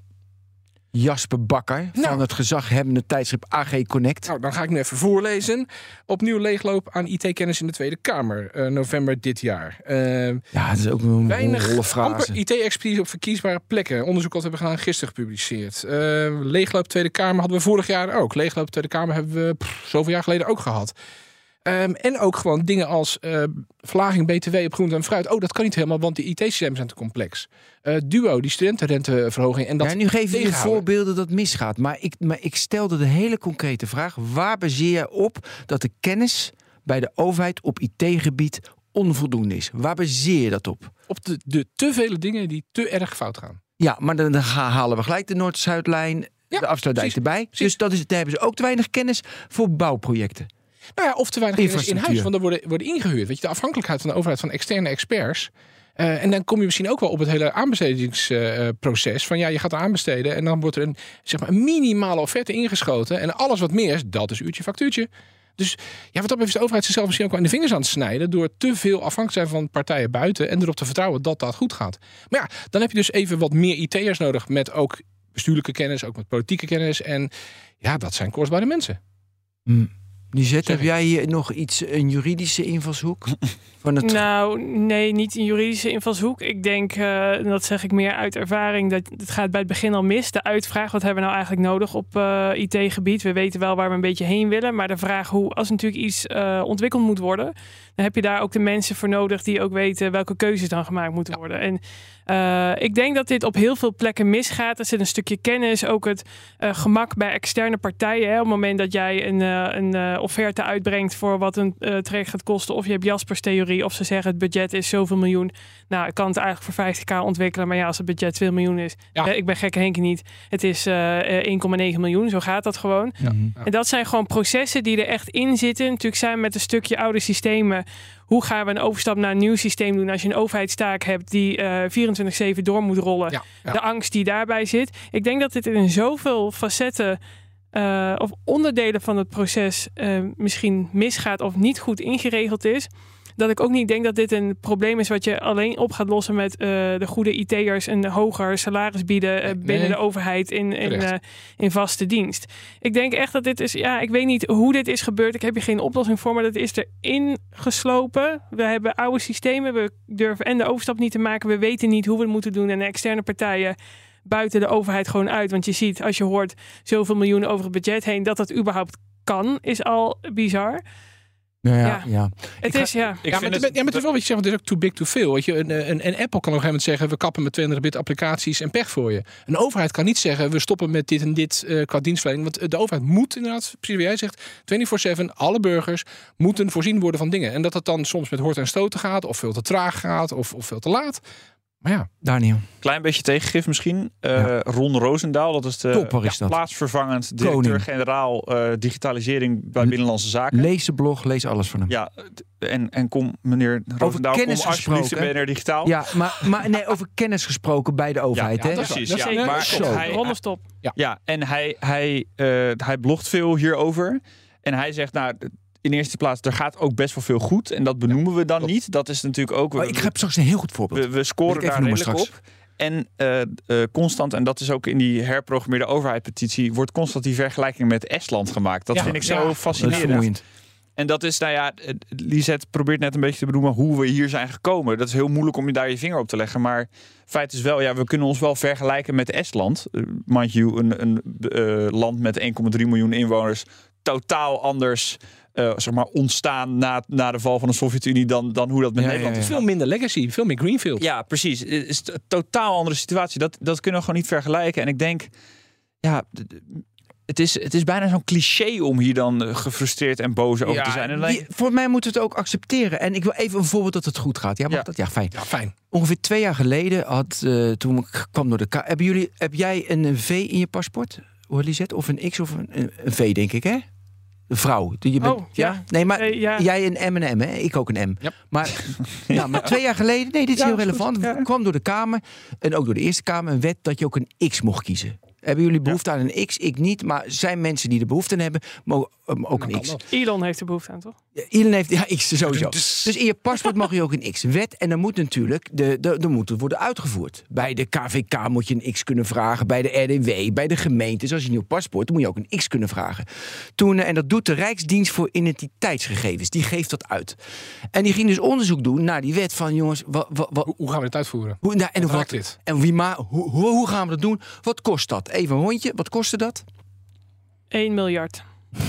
Jasper Bakker Nou. van het gezaghebbende tijdschrift A G Connect. Nou, dan ga ik nu even voorlezen. Opnieuw leegloop aan I T-kennis in de Tweede Kamer. Uh, november dit jaar. Uh, ja, dat is ook een weinig holle frase. amper I T-expertise op verkiesbare plekken. Onderzoek wat we hebben gedaan, gisteren gepubliceerd. Uh, leegloop Tweede Kamer hadden we vorig jaar ook. Leegloop Tweede Kamer hebben we pff, zoveel jaar geleden ook gehad. Um, en ook gewoon dingen als uh, verlaging B T W op groente en fruit. Oh, dat kan niet helemaal, want die I T-systemen zijn te complex. Uh, Duo, die studentenrenteverhoging. En dat ja, nu geef je tegenhouden. voorbeelden dat misgaat. Maar ik, maar ik stelde de hele concrete vraag. Waar baseer je op dat de kennis bij de overheid op I T-gebied onvoldoende is? Waar baseer je dat op? Op de, de te vele dingen die te erg fout gaan. Ja, maar dan, dan halen we gelijk de Noord-Zuidlijn, Ja, de afsluitdijk precies, erbij. precies. Dus dat is, daar hebben ze ook te weinig kennis voor bouwprojecten. Nou ja, of te weinig kennis in Infrastructuur. huis, want er worden, worden ingehuurd. Weet je, de afhankelijkheid van de overheid van externe experts. Uh, en dan kom je misschien ook wel op het hele aanbestedingsproces. Uh, van ja, je gaat er aanbesteden en dan wordt er een, zeg maar, een minimale offerte ingeschoten. En alles wat meer is, dat is uurtje factuurtje. Dus ja, wat dat betreft is de overheid zichzelf misschien ook wel in de vingers aan het snijden door te veel afhankelijk te zijn van partijen buiten en erop te vertrouwen dat dat goed gaat. Maar ja, dan heb je dus even wat meer I T'ers nodig met ook bestuurlijke kennis, ook met politieke kennis. En ja, dat zijn kostbare mensen. Hmm. Lisette, heb jij hier nog iets, een juridische invalshoek? Van het... Nou, nee, niet een juridische invalshoek. Ik denk, uh, en dat zeg ik meer uit ervaring, dat het gaat bij het begin al mis. De uitvraag, wat hebben we nou eigenlijk nodig op uh, I T-gebied? We weten wel waar we een beetje heen willen. Maar de vraag hoe, als natuurlijk iets uh, ontwikkeld moet worden, dan heb je daar ook de mensen voor nodig die ook weten welke keuzes dan gemaakt moeten worden. En uh, ik denk dat dit op heel veel plekken misgaat. Er zit een stukje kennis, ook het uh, gemak bij externe partijen. Hè. Op het moment dat jij een, uh, een uh, offerte uitbrengt voor wat een uh, traject gaat kosten, of je hebt Jaspers theorie, of ze zeggen het budget is zoveel miljoen. Nou, ik kan het eigenlijk voor vijftig k ontwikkelen, maar ja, als het budget twee miljoen is, ja. uh, ik ben gekke Henkie niet. Het is uh, één komma negen miljoen, zo gaat dat gewoon. Ja. Ja. En dat zijn gewoon processen die er echt in zitten. Natuurlijk zijn we met een stukje oude systemen. Hoe gaan we een overstap naar een nieuw systeem doen als je een overheidstaak hebt die uh, vierentwintig zeven door moet rollen? Ja, ja. De angst die daarbij zit. Ik denk dat dit in zoveel facetten uh, of onderdelen van het proces uh, misschien misgaat of niet goed ingeregeld is, dat ik ook niet denk dat dit een probleem is wat je alleen op gaat lossen met uh, de goede I T'ers een hoger salaris bieden uh, binnen nee. de overheid in, in, uh, in vaste dienst. Ik denk echt dat dit is, ja, ik weet niet hoe dit is gebeurd. Ik heb hier geen oplossing voor, maar dat is erin geslopen. We hebben oude systemen, we durven en de overstap niet te maken. We weten niet hoe we het moeten doen en de externe partijen buiten de overheid gewoon uit. Want je ziet, als je hoort zoveel miljoenen over het budget heen, dat dat überhaupt kan, is al bizar. Nou ja, ja. ja. Het ik is, ja. ja, maar het, ja, maar het is wel wat je zegt, want het is ook too big to fail. Weet je, een, een, een Apple kan op een gegeven moment zeggen, we kappen met tweehonderd bit applicaties en pech voor je. Een overheid kan niet zeggen, we stoppen met dit en dit uh, qua dienstverlening. Want de overheid moet inderdaad, precies wat jij zegt, vierentwintig zeven, alle burgers moeten voorzien worden van dingen. En dat het dan soms met hort en stoten gaat, of veel te traag gaat, of, of veel te laat. Maar ja, Daniel. Klein beetje tegengif misschien. Uh, ja. Ron Roosendaal, dat is de Topper is ja, dat. plaatsvervangend directeur-generaal uh, digitalisering bij Binnenlandse Zaken. Lees de blog, lees alles van hem. Ja, en, en kom meneer Roosendaal, kom alsjeblieft in B N R Digitaal. Ja, maar, maar nee, over kennis gesproken bij de overheid. Ja, ja, hè? precies. Dat is ja, maar zo. hij, Ronderstop. Ja, ja, en hij, hij, uh, hij blogt veel hierover. En hij zegt, nou, in eerste plaats, er gaat ook best wel veel goed. En dat benoemen we dan klopt. niet. Dat is natuurlijk ook... Oh, ik heb straks een heel goed voorbeeld. We, we scoren daar redelijk op. En uh, uh, constant, en dat is ook in die herprogrammeerde overheid-petitie, wordt constant die vergelijking met Estland gemaakt. Dat ja, vind ik zo ja, fascinerend. En dat is, nou ja, Lisette probeert net een beetje te benoemen hoe we hier zijn gekomen. Dat is heel moeilijk om je daar je vinger op te leggen. Maar feit is wel, ja, we kunnen ons wel vergelijken met Estland. Uh, mind you, een, een uh, land met één komma drie miljoen inwoners. Totaal anders uh, zeg maar ontstaan na, na de val van de Sovjet-Unie dan, dan hoe dat met ja, Nederland ja, is. ja. Veel minder legacy, veel meer greenfield. Ja, precies. Het is een totaal andere situatie. Dat, dat kunnen we gewoon niet vergelijken. En ik denk, ja... Het is, het is bijna zo'n cliché om hier dan gefrustreerd en boos over ja, te zijn. En dan... die, voor mij moeten we het ook accepteren. En ik wil even een voorbeeld dat het goed gaat. Ja, mag ja. dat? Ja, fijn. Ja, fijn. Ongeveer twee jaar geleden had, uh, toen ik kwam door de K. Hebben jullie, heb jij een V in je paspoort? Hoe Lisette? Of een X of een, een V, denk ik, hè? Een vrouw. Je bent, oh, ja. ja. Nee, maar hey, ja. jij een M en M, hè? Ik ook een M. Yep. Maar, ja, maar twee jaar geleden, nee, dit is ja, heel relevant. Goed, ja. kwam door de Kamer en ook door de Eerste Kamer een wet dat je ook een X mocht kiezen. Hebben jullie behoefte ja. aan een X? Ik niet, maar zijn mensen die de behoefte aan hebben, mogen um, ook een X. Elon heeft de behoefte aan, toch? Ja, Elon heeft, ja, X sowieso. Dus in je paspoort mag je ook een X-wet. En dan moet natuurlijk, de, de, de moet het worden uitgevoerd. Bij de K V K moet je een X kunnen vragen. Bij de R D W, bij de gemeentes. Als je een nieuw paspoort, dan moet je ook een X kunnen vragen. Toen, en dat doet de Rijksdienst voor Identiteitsgegevens. Die geeft dat uit. En die ging dus onderzoek doen naar die wet van, jongens, wat, wat, wat, hoe, hoe gaan we dit uitvoeren? Hoe, nou, en, wat wat, dit? en wie maar, hoe, hoe, hoe gaan we dat doen? Wat kost dat? Even een hondje, wat kostte dat? één miljard.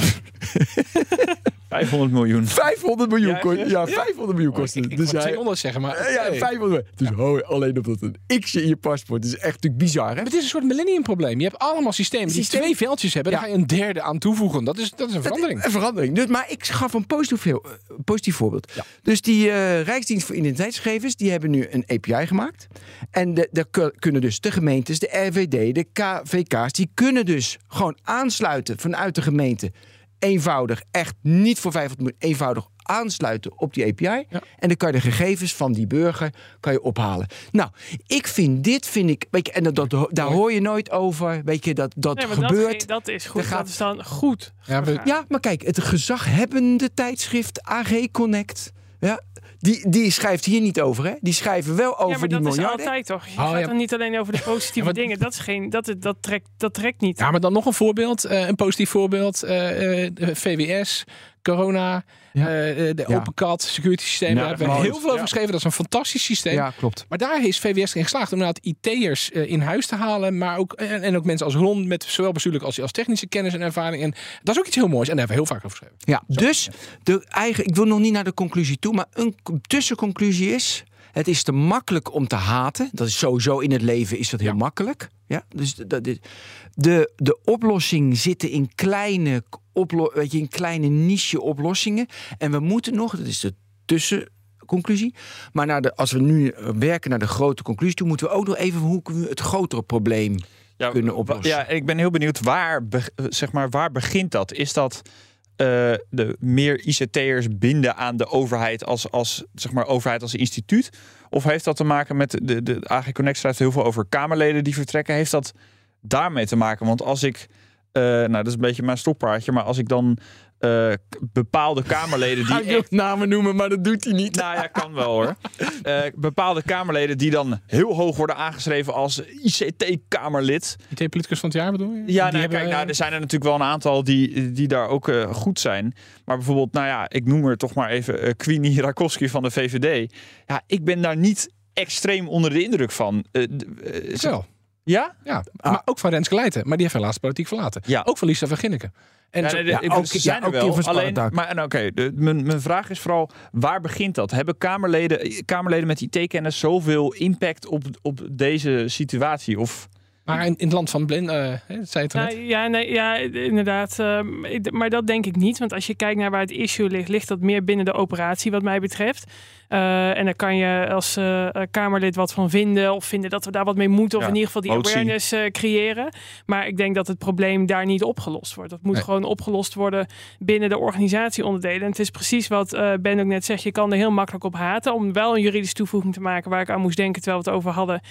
vijfhonderd miljoen. vijfhonderd miljoen Ja, kost, ja, ja, vijfhonderd miljoen kost het. Ik, ik Dus word hij- tweehonderd zeggen, maar... Ja, hey. vijfhonderd. Dus hou alleen op dat een X'je in je paspoort. Dat is echt natuurlijk bizar, hè? Maar het is een soort millennium-probleem. Je hebt allemaal systemen die Systeem- twee veldjes hebben. Ja. Dan ga je een derde aan toevoegen. Dat is, dat is een verandering. Een verandering. Dus, maar ik gaf een positief, heel- uh, positief voorbeeld. Ja. Dus die uh, Rijksdienst voor Identiteitsgegevens, die hebben nu een A P I gemaakt. En de, de k- kunnen dus de gemeentes, de R V D, de K V K's, die kunnen dus gewoon aansluiten vanuit de gemeente. Eenvoudig, echt niet voor vijfhonderd miljoen, eenvoudig aansluiten op die A P I. Ja. En dan kan je de gegevens van die burger kan je ophalen. Nou, ik vind dit, vind ik, weet je, en dat, dat, daar hoor je nooit over, weet je, dat, dat Nee, maar gebeurt. Dat, dat is goed. Er gaat- Dat is dan goed. Ja, we- gegaan. Ja, maar kijk, het gezaghebbende tijdschrift A G Connect, ja, die, die schrijft hier niet over, hè? Die schrijven wel over ja, maar die dat is miljarden. altijd toch? Je Oh, gaat ja. dan niet alleen over de positieve Ja, maar- dingen. Dat, is geen, dat, dat, trekt, dat trekt niet. Ja, maar dan nog een voorbeeld. Uh, een positief voorbeeld. Uh, uh, V W S, corona, Ja. uh, de Ja. OpenCAD, security systeem. Ja, Daar hebben we mooi. heel veel over Ja. geschreven. Dat is een fantastisch systeem. Ja, klopt. Maar daar is V W S in geslaagd om inderdaad I T'ers uh, in huis te halen. Maar ook, en, en ook mensen als Ron met zowel bestuurlijk als, als technische kennis en ervaring. En dat is ook iets heel moois. En daar hebben we heel vaak over geschreven. Ja, dus de eigen, ik wil nog niet naar de conclusie toe, maar een k- tussenconclusie is: het is te makkelijk om te haten. Dat is sowieso in het leven is dat heel Ja. makkelijk. Ja, dus de, de, de, de oplossing zitten in kleine, oplo, weet je, in kleine niche oplossingen. En we moeten nog, dat is de tussenconclusie. Maar naar de, als we nu werken naar de grote conclusie toe, moeten we ook nog even hoe kunnen we het grotere probleem Ja, kunnen wa- oplossen. Ja, ik ben heel benieuwd waar, be- zeg maar, waar begint dat? Is dat uh, de meer I C T'ers binden aan de overheid als, als, zeg maar, overheid als instituut? Of heeft dat te maken met de, de A G Connect schrijft heel veel over Kamerleden die vertrekken? Heeft dat daarmee te maken? Want als ik, uh, nou dat is een beetje mijn stokpaardje, maar als ik dan uh, k- bepaalde Kamerleden die Hij wil namen noemen, maar dat doet hij niet. Nou ja, kan wel hoor. Uh, bepaalde Kamerleden die dan heel hoog worden aangeschreven als I C T-Kamerlid. I T-politicus van het jaar bedoel je? Ja, Die nou, hebben, kijk, nou, uh, er zijn er natuurlijk wel een aantal die, die daar ook uh, goed zijn. Maar bijvoorbeeld, nou ja, ik noem er toch maar even uh, Queenie Rakowski van de V V D. Ja, ik ben daar niet extreem onder de indruk van. Uh, d- uh, ze- wel. ja? Ja, maar ook van Renske Leijten. Maar die heeft helaas politiek verlaten. Ja. Ook van Lisa van Ginneken. En Ja, zo- nee, de- ja, ik- ook- ze zijn ja, er ook die wel. van Alleen, Spartak. maar nou, oké, de- mijn, mijn vraag is vooral, waar begint dat? Hebben Kamerleden, Kamerleden met I T-kennis zoveel impact op, op deze situatie? Of... maar in, in het land van blind, uh, dat zei je het net. Nou, ja, nee, ja, inderdaad. Um, ik- maar dat denk ik niet. Want als je kijkt naar waar het issue ligt, ligt dat meer binnen de operatie wat mij betreft. Uh, en daar kan je als uh, Kamerlid wat van vinden. Of vinden dat we daar wat mee moeten. Of Ja, in ieder geval die motie. awareness uh, creëren. Maar ik denk dat het probleem daar niet opgelost wordt. Dat moet Nee. gewoon opgelost worden binnen de organisatieonderdelen. En het is precies wat uh, Ben ook net zegt. Je kan er heel makkelijk op haten. Om wel een juridische toevoeging te maken waar ik aan moest denken terwijl we het over hadden.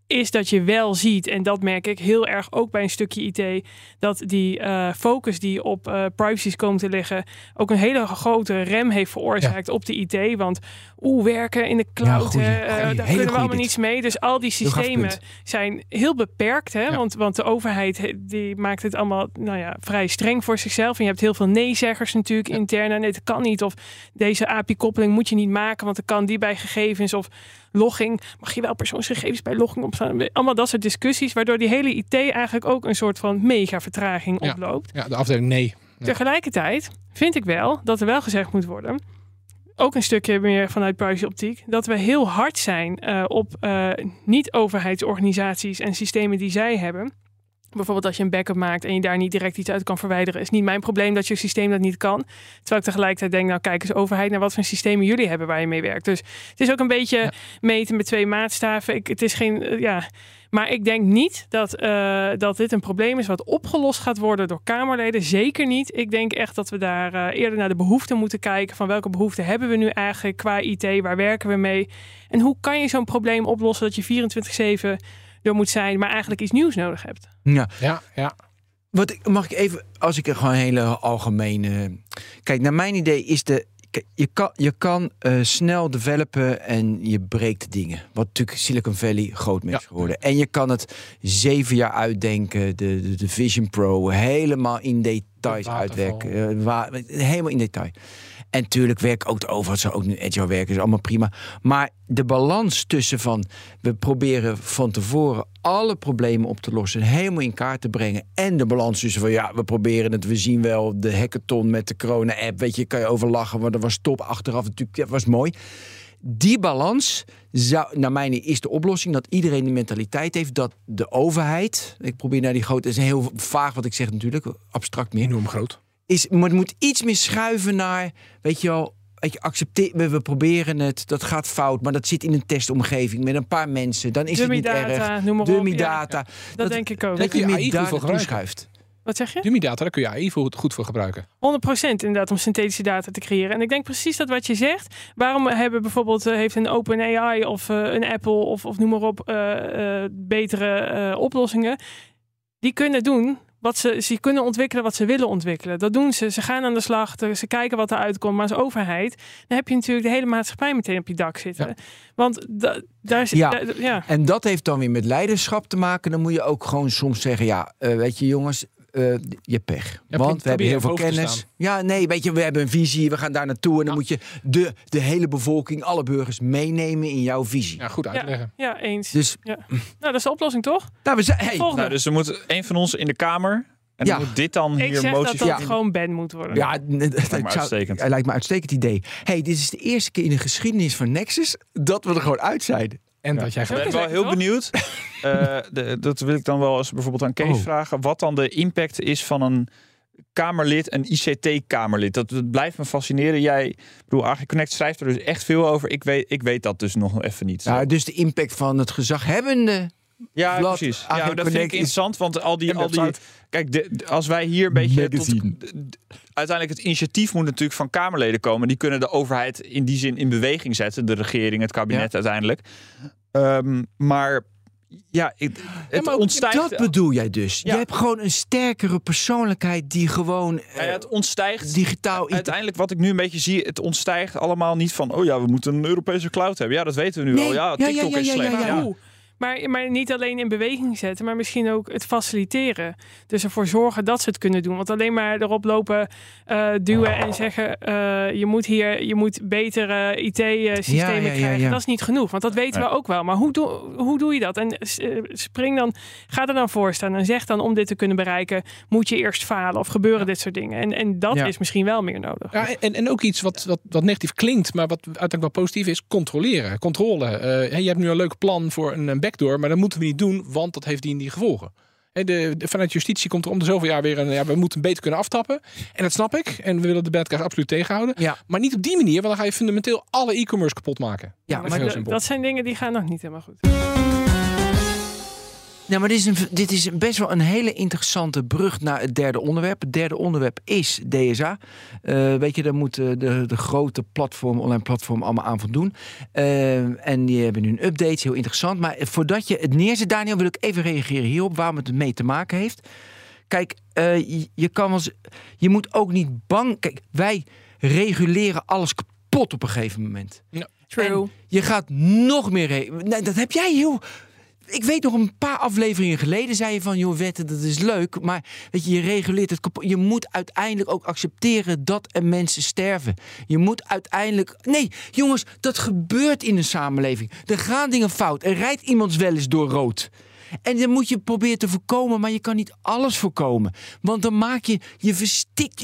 is dat je wel ziet, en dat merk ik heel erg ook bij een stukje I T, dat die uh, focus die op uh, privacy komt te liggen ook een hele grote rem heeft veroorzaakt ja. op de I T. Want oeh, werken in de cloud, ja, goeie, uh, goeie, daar kunnen we allemaal niets mee. Dus al die systemen zijn heel beperkt. Hè? Ja. Want, want de overheid die maakt het allemaal nou ja, vrij streng voor zichzelf. En je hebt heel veel nee-zeggers natuurlijk ja. intern. Nee, het kan niet. Of deze A P I-koppeling moet je niet maken, want dan kan die bij gegevens of logging, mag je wel persoonsgegevens bij logging opstaan. Allemaal dat soort discussies, waardoor die hele I T eigenlijk ook een soort van mega vertraging ja. oploopt. Ja, de afdeling nee. Ja. Tegelijkertijd vind ik wel dat er wel gezegd moet worden, ook een stukje meer vanuit privacy-optiek, dat we heel hard zijn uh, op uh, niet-overheidsorganisaties en systemen die zij hebben. Bijvoorbeeld als je een backup maakt en je daar niet direct iets uit kan verwijderen, is niet mijn probleem dat je systeem dat niet kan. Terwijl ik tegelijkertijd denk, nou kijk eens overheid naar wat voor systemen jullie hebben waar je mee werkt. Dus het is ook een beetje ja. meten met twee maatstaven. Ik, het is geen, uh, ja... Maar ik denk niet dat, uh, dat dit een probleem is wat opgelost gaat worden door Kamerleden. Zeker niet. Ik denk echt dat we daar uh, eerder naar de behoeften moeten kijken. Van welke behoeften hebben we nu eigenlijk qua I T? Waar werken we mee? En hoe kan je zo'n probleem oplossen dat je vierentwintig zeven er moet zijn, maar eigenlijk iets nieuws nodig hebt? Ja, ja. ja. Wat ik, mag ik even, als ik er gewoon een hele algemene... Kijk, naar mijn idee is de... Je kan, je kan uh, snel developen en je breekt dingen. Wat natuurlijk Silicon Valley groot is ja. geworden. En je kan het zeven jaar uitdenken. De, de, de Vision Pro helemaal in details uitwerken. Uh, wa- helemaal in detail. En natuurlijk werken ook de overheid, zou ook nu agile werken, is allemaal prima. Maar de balans tussen van, we proberen van tevoren alle problemen op te lossen, helemaal in kaart te brengen. En de balans tussen van, ja, we proberen het, we zien wel de hackathon met de corona-app. Weet je, kan je over lachen, want dat was top. Achteraf natuurlijk, dat was mooi. Die balans, zou, naar mijn idee, is de oplossing dat iedereen de mentaliteit heeft dat de overheid, ik probeer naar die grote, het is heel vaag wat ik zeg natuurlijk, abstract meer. Enorm groot. Is, maar het moet iets meer schuiven naar, weet je wel, weet je, accepteer, we, we proberen het, dat gaat fout, maar dat zit in een testomgeving met een paar mensen, dan is Dummy het niet data, erg. noem maar Dummy op. data. Ja, ja. Dat, dat denk ik ook. Dat je A I meer daar voor toeschuift. Wat zeg je? Dummy data, daar kun je A I voor, goed voor gebruiken. honderd procent inderdaad om synthetische data te creëren. En ik denk precies dat wat je zegt. Waarom hebben bijvoorbeeld uh, heeft een OpenAI of uh, een Apple of, of noem maar op uh, uh, betere uh, oplossingen? Die kunnen doen wat ze, ze kunnen ontwikkelen wat ze willen ontwikkelen. Dat doen ze. Ze gaan aan de slag. Ze kijken wat eruit komt. Maar als overheid, dan heb je natuurlijk de hele maatschappij meteen op je dak zitten. Ja. Want da, daar is... Ja. Da, ja, en dat heeft dan weer met leiderschap te maken. Dan moet je ook gewoon soms zeggen, ja, uh, weet je jongens, Uh, je pech. Ja, want we hebben heel veel kennis. Ja, nee, weet je, we hebben een visie, we gaan daar naartoe. En dan ja. moet je de, de hele bevolking, alle burgers meenemen in jouw visie. Ja, goed uitleggen. Ja, ja eens. Dus, ja. Nou, dat is de oplossing, toch? Nou, we zijn, hey. nou, dus er moet een van ons in de Kamer. En ja. dan moet dit dan ik hier zeg motie dat dat ja. gewoon Ben moet worden. Ja, dat lijkt me uitstekend. Het lijkt me een uitstekend idee. Hey, dit is de eerste keer in de geschiedenis van Nexus dat we er gewoon uit zijn. En ja. dat jij Ik ben wel heel benieuwd. uh, de, dat wil ik dan wel eens bijvoorbeeld aan Kees oh. vragen. Wat dan de impact is van een Kamerlid, een I C T-Kamerlid. Dat, dat blijft me fascineren. Jij, ik bedoel, A G Connect schrijft er dus echt veel over. Ik weet, ik weet dat dus nog even niet. Ja, dus de impact van het gezaghebbende. Ja, blad, precies. A G Ja, dat Connect vind ik interessant, want al die, al die kijk, de, de, als wij hier een beetje tot, de, de, uiteindelijk het initiatief moet natuurlijk van Kamerleden komen. Die kunnen de overheid in die zin in beweging zetten, de regering, het kabinet ja. uiteindelijk. Um, maar ja, het, het ja, ontstijgt. Dat bedoel jij dus. Ja. Je hebt gewoon een sterkere persoonlijkheid die gewoon uh, ja, ja, het ontstijgt digitaal. Uiteindelijk wat ik nu een beetje zie, het ontstijgt allemaal niet van, oh ja, we moeten een Europese cloud hebben. Ja, dat weten we nu nee. al. Ja, TikTok ja, ja, ja, is slecht. Ja, ja, ja. Ja. Maar, maar niet alleen in beweging zetten, maar misschien ook het faciliteren. Dus ervoor zorgen dat ze het kunnen doen. Want alleen maar erop lopen uh, duwen en zeggen, uh, je moet hier, je moet betere I T-systemen ja, ja, ja, krijgen. ja. Dat is niet genoeg, want dat weten nee. we ook wel. Maar hoe, doe, hoe doe je dat? En uh, spring dan, ga er dan voor staan en zeg dan, om dit te kunnen bereiken, moet je eerst falen of gebeuren ja. dit soort dingen. En, en dat ja. is misschien wel meer nodig. Ja, en, en ook iets wat, wat, wat negatief klinkt, maar wat uiteindelijk wel positief is, controleren. Controle. Uh, je hebt nu een leuk plan voor een, een backdoor, maar dat moeten we niet doen, want dat heeft die en die gevolgen. De, de, vanuit justitie komt er om de zoveel jaar weer een, ja, we moeten beter kunnen aftappen. En dat snap ik. En we willen de bad guys absoluut tegenhouden. Ja. Maar niet op die manier, want dan ga je fundamenteel alle e-commerce kapot maken. Ja, maar dat, dat zijn dingen die gaan nog niet helemaal goed. Nou, maar dit is, een, dit is best wel een hele interessante brug naar het derde onderwerp. Het derde onderwerp is D S A. Uh, weet je, daar moeten de, de grote platform, online platform allemaal aan voldoen. Uh, en die hebben nu een update, heel interessant. Maar voordat je het neerzet, Daniel, wil ik even reageren hierop, waarom het mee te maken heeft. Kijk, uh, je, je kan wel, je moet ook niet bang. Kijk, wij reguleren alles kapot op een gegeven moment. Ja, true. En je gaat nog meer. Re- nee, dat heb jij heel. Ik weet nog een paar afleveringen geleden zei je van, joh, wetten, dat is leuk, maar weet je, je reguleert het kapot. Je moet uiteindelijk ook accepteren dat er mensen sterven. Je moet uiteindelijk. Nee, jongens, dat gebeurt in een samenleving. Er gaan dingen fout. Er rijdt iemand wel eens door rood. En dan moet je proberen te voorkomen, maar je kan niet alles voorkomen. Want dan maak je, je verstikt.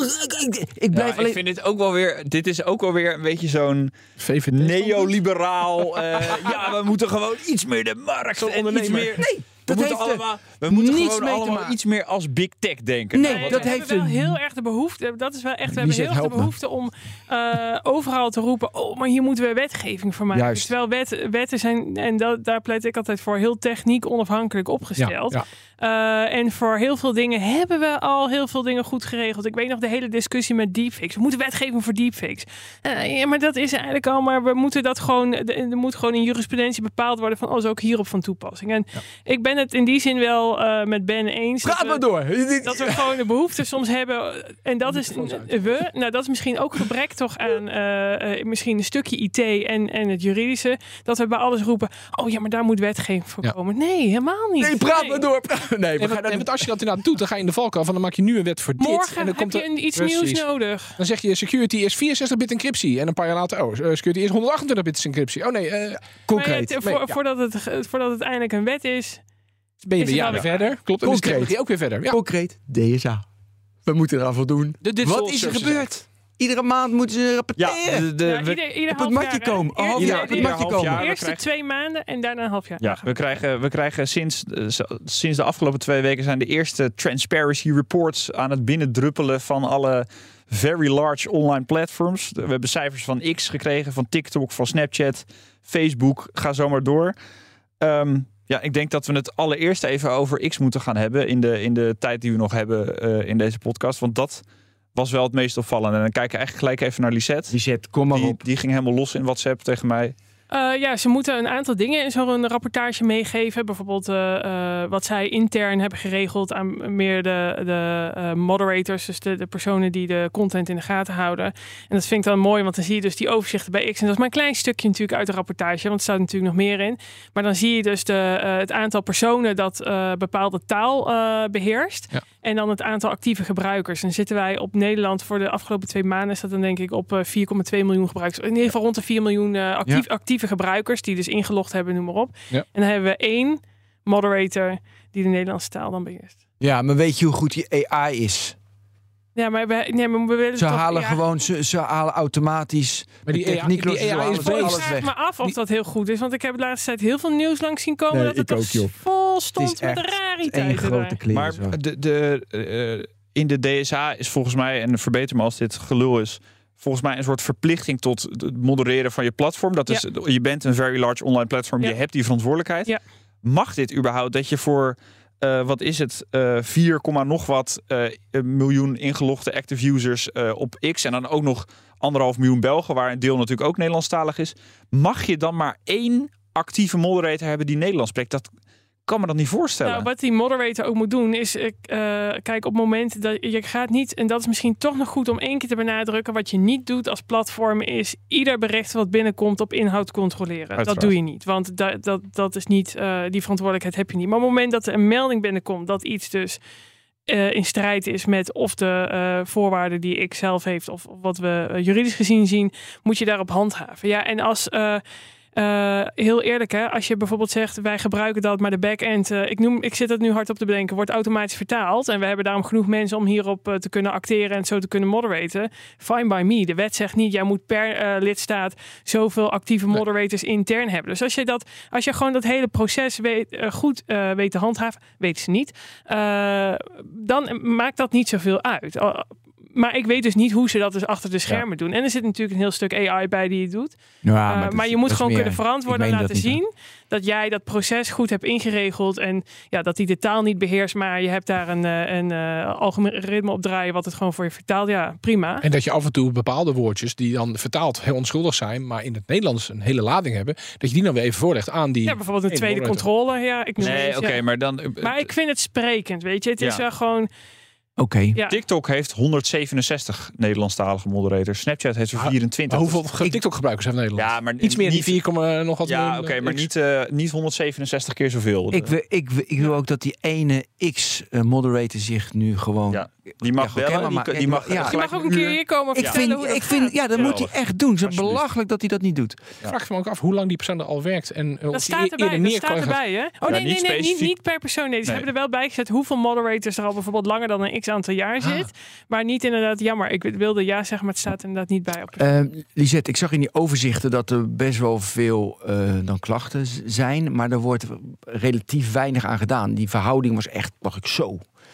Ik blijf ja, alleen. Ik vind dit ook wel weer, dit is ook wel weer een beetje zo'n V V D neoliberaal. uh, ja, we moeten gewoon iets meer de markt en iets meer. Nee. We Dat moeten, heeft allemaal, we moeten niets gewoon mee te allemaal maken. iets meer als big tech denken. Nee, Nee, dat we heeft hebben wel een- heel erg de behoefte. Dat is wel echt. We Wie hebben heel zegt, erg de help me. behoefte om uh, overal te roepen. Oh, maar hier moeten we wetgeving voor maken. Juist. Terwijl wet, wetten zijn, en dat, daar pleit ik altijd voor, heel techniek onafhankelijk opgesteld. Ja, Uh, en voor heel veel dingen hebben we al heel veel dingen goed geregeld. Ik weet nog de hele discussie met deepfakes. We moeten wetgeving voor deepfakes. Uh, ja, maar dat is eigenlijk al. Maar we moeten dat gewoon. Er moet gewoon in jurisprudentie bepaald worden van. Oh, is ook hierop van toepassing. En ja. Ik ben het in die zin wel uh, met Ben eens. Praat dat maar we, door. Dat we gewoon de behoefte soms hebben. En dat is we. Nou, dat is misschien ook gebrek toch aan uh, uh, misschien een stukje I T en, en het juridische. Dat we bij alles roepen. Oh ja, maar daar moet wetgeving voor Ja. komen. Nee, helemaal niet. Nee, praat Nee. maar door. Nee, we En, gaan wat, dat en wat als je dat inderdaad doet, dan ga je in de valkuil van dan maak je nu een wet voor dit. Morgen En dan komt heb er, je een, iets precies. nieuws nodig. Dan zeg je security is vierenzestig bit encryptie. En een paar jaar later, oh, security is honderdachtentwintig bit encryptie. Oh nee, uh, concreet. Maar het, voor, Nee, ja. voordat, het, voordat het eindelijk een wet is. ben je Is weer het jaren wel- verder. Klopt, en de Concreet. technologie ook weer verder. Ja. Concreet, D S A. We moeten eraan voldoen. De Digital Wat is er Services gebeurd? Iedere maand moeten ze Ja, rapporteren. de, de, Ja, we, ieder, ieder op het half matje jaar, hè? komen. Een Eer- half ieder- jaar op het ieder matje half komen. jaar. We Eerste krijgen- twee maanden en daarna een half jaar. ja, we krijgen, we krijgen sinds, uh, sinds de afgelopen twee weken zijn de eerste transparency reports aan het binnendruppelen van alle very large online platforms. We hebben cijfers van X gekregen, van TikTok, van Snapchat, Facebook. Ga zo maar door. Um, ja, ik denk dat we het allereerst even over X moeten gaan hebben in de, in de tijd die we nog hebben uh, in deze podcast. Want dat was wel het meest opvallende. En dan kijken we eigenlijk gelijk even naar Lisette. Lisette, kom maar Die, op. die ging helemaal los in WhatsApp tegen mij. Uh, ja, ze moeten een aantal dingen in zo'n rapportage meegeven. Bijvoorbeeld uh, uh, wat zij intern hebben geregeld aan meer de, de uh, moderators. Dus de, de personen die de content in de gaten houden. En dat vind ik dan mooi, want dan zie je dus die overzichten bij X. En dat is maar een klein stukje natuurlijk uit de rapportage. Want er staat natuurlijk nog meer in. Maar dan zie je dus de, uh, het aantal personen dat uh, bepaalde taal uh, beheerst. Ja. En dan het aantal actieve gebruikers. En dan zitten wij op Nederland voor de afgelopen twee maanden... staat dan denk ik op uh, vier komma twee miljoen gebruikers. In ieder geval rond de vier miljoen uh, actief, Ja. actieve gebruikers... die dus ingelogd hebben, noem maar op. Ja. En dan hebben we één moderator die de Nederlandse taal dan beheerst. Ja, maar weet je hoe goed die A I is? Ja, maar we, nee, maar we willen Ze toch, halen ja, gewoon, ze, ze halen automatisch. Maar die met A I techniek die lossen ze A I is alles, voice. Ik alles vraag weg. me af of Die- dat heel goed is. Want ik heb de laatste tijd heel veel nieuws langs zien komen... Nee, dat het ik toch ook, joh. vol stond Het is met echt Eén rariteiten. grote daar. kleren. Maar zo. de, de, uh, in de D S A is volgens mij, en verbeter me als dit gelul is, volgens mij een soort verplichting tot het modereren van je platform. Dat is, je bent een very large online platform, Ja. je hebt die verantwoordelijkheid. Ja. Mag dit überhaupt dat je voor, uh, wat is het, uh, vier, nog wat uh, miljoen ingelogde active users uh, op X en dan ook nog anderhalf miljoen Belgen, waar een deel natuurlijk ook Nederlandstalig is. Mag je dan maar één actieve moderator hebben die Nederlands spreekt? Dat kan me dat niet voorstellen. Nou, wat die moderator ook moet doen is, uh, kijk, op het moment dat je gaat niet, en dat is misschien toch nog goed om één keer te benadrukken, wat je niet doet als platform is ieder bericht wat binnenkomt op inhoud controleren. Uiteraard. Dat doe je niet, want da, dat, dat is niet, uh, die verantwoordelijkheid heb je niet. Maar op het moment dat er een melding binnenkomt dat iets dus uh, in strijd is met of de uh, voorwaarden die ik zelf heeft of, of wat we uh, juridisch gezien zien, moet je daarop handhaven. Ja, en als uh, Uh, heel eerlijk, hè, als je bijvoorbeeld zegt wij gebruiken dat, maar de back-end, uh, ik, noem, ik zit het nu hard op te bedenken, wordt automatisch vertaald en we hebben daarom genoeg mensen om hierop uh, te kunnen acteren en zo te kunnen moderaten. Fine by me. De wet zegt niet, jij moet per uh, lidstaat zoveel actieve moderators nee. intern hebben. Dus als je dat, als je gewoon dat hele proces weet, uh, goed uh, weet te handhaven, weten ze niet, uh, dan maakt dat niet zoveel uit. Uh, maar ik weet dus niet hoe ze dat dus achter de schermen ja. doen. En er zit natuurlijk een heel stuk A I bij die het doet. Ja, maar, uh, maar je moet gewoon meer, kunnen verantwoorden en laten dat zien... Niet, dat jij dat proces goed hebt ingeregeld. En ja, dat hij de taal niet beheerst... maar je hebt daar een, een uh, algoritme op draaien... wat het gewoon voor je vertaalt. Ja, prima. En dat je af en toe bepaalde woordjes... die dan vertaald heel onschuldig zijn... maar in het Nederlands een hele lading hebben... dat je die dan weer even voorlegt aan die... Ja, bijvoorbeeld een tweede controle. Ja, ik nee, oké, okay, ja. maar dan... Uh, maar ik vind het sprekend, weet je. Het ja. is wel gewoon... Okay. Ja. TikTok heeft honderdzevenenzestig Nederlandstalige moderators. Snapchat heeft er vierentwintig. Maar hoeveel ik, TikTok-gebruikers hebben Nederland? Ja, maar iets meer niet, dan vier, nog wat. Ja, oké, okay, maar niet, uh, niet honderdzevenenzestig keer zoveel. Ik wil, ik, ik wil ook dat die ene X-moderator zich nu gewoon... Ja. Die mag ja, bellen. Maar, die, die, mag, ja. die mag ook een keer hier komen ik vind, hoe ik vind, Ja, dat moet hij echt doen. Het is belachelijk dat hij dat niet doet. Ja. Vraag je me ook af hoe lang die persoon er al werkt. En dat of staat erbij. Dat staat erbij, hè? Oh ja, nee, nee, nee, niet, niet per persoon. Nee, ze nee. hebben er wel bij gezet hoeveel moderators er al bijvoorbeeld langer dan een x-aantal jaar ah. zit. Maar niet inderdaad, jammer. Ik wilde ja zeggen, maar het staat inderdaad niet bij. Op uh, Lisette, ik zag in die overzichten dat er best wel veel uh, dan klachten zijn. Maar er wordt relatief weinig aan gedaan. Die verhouding was echt, mag ik zo.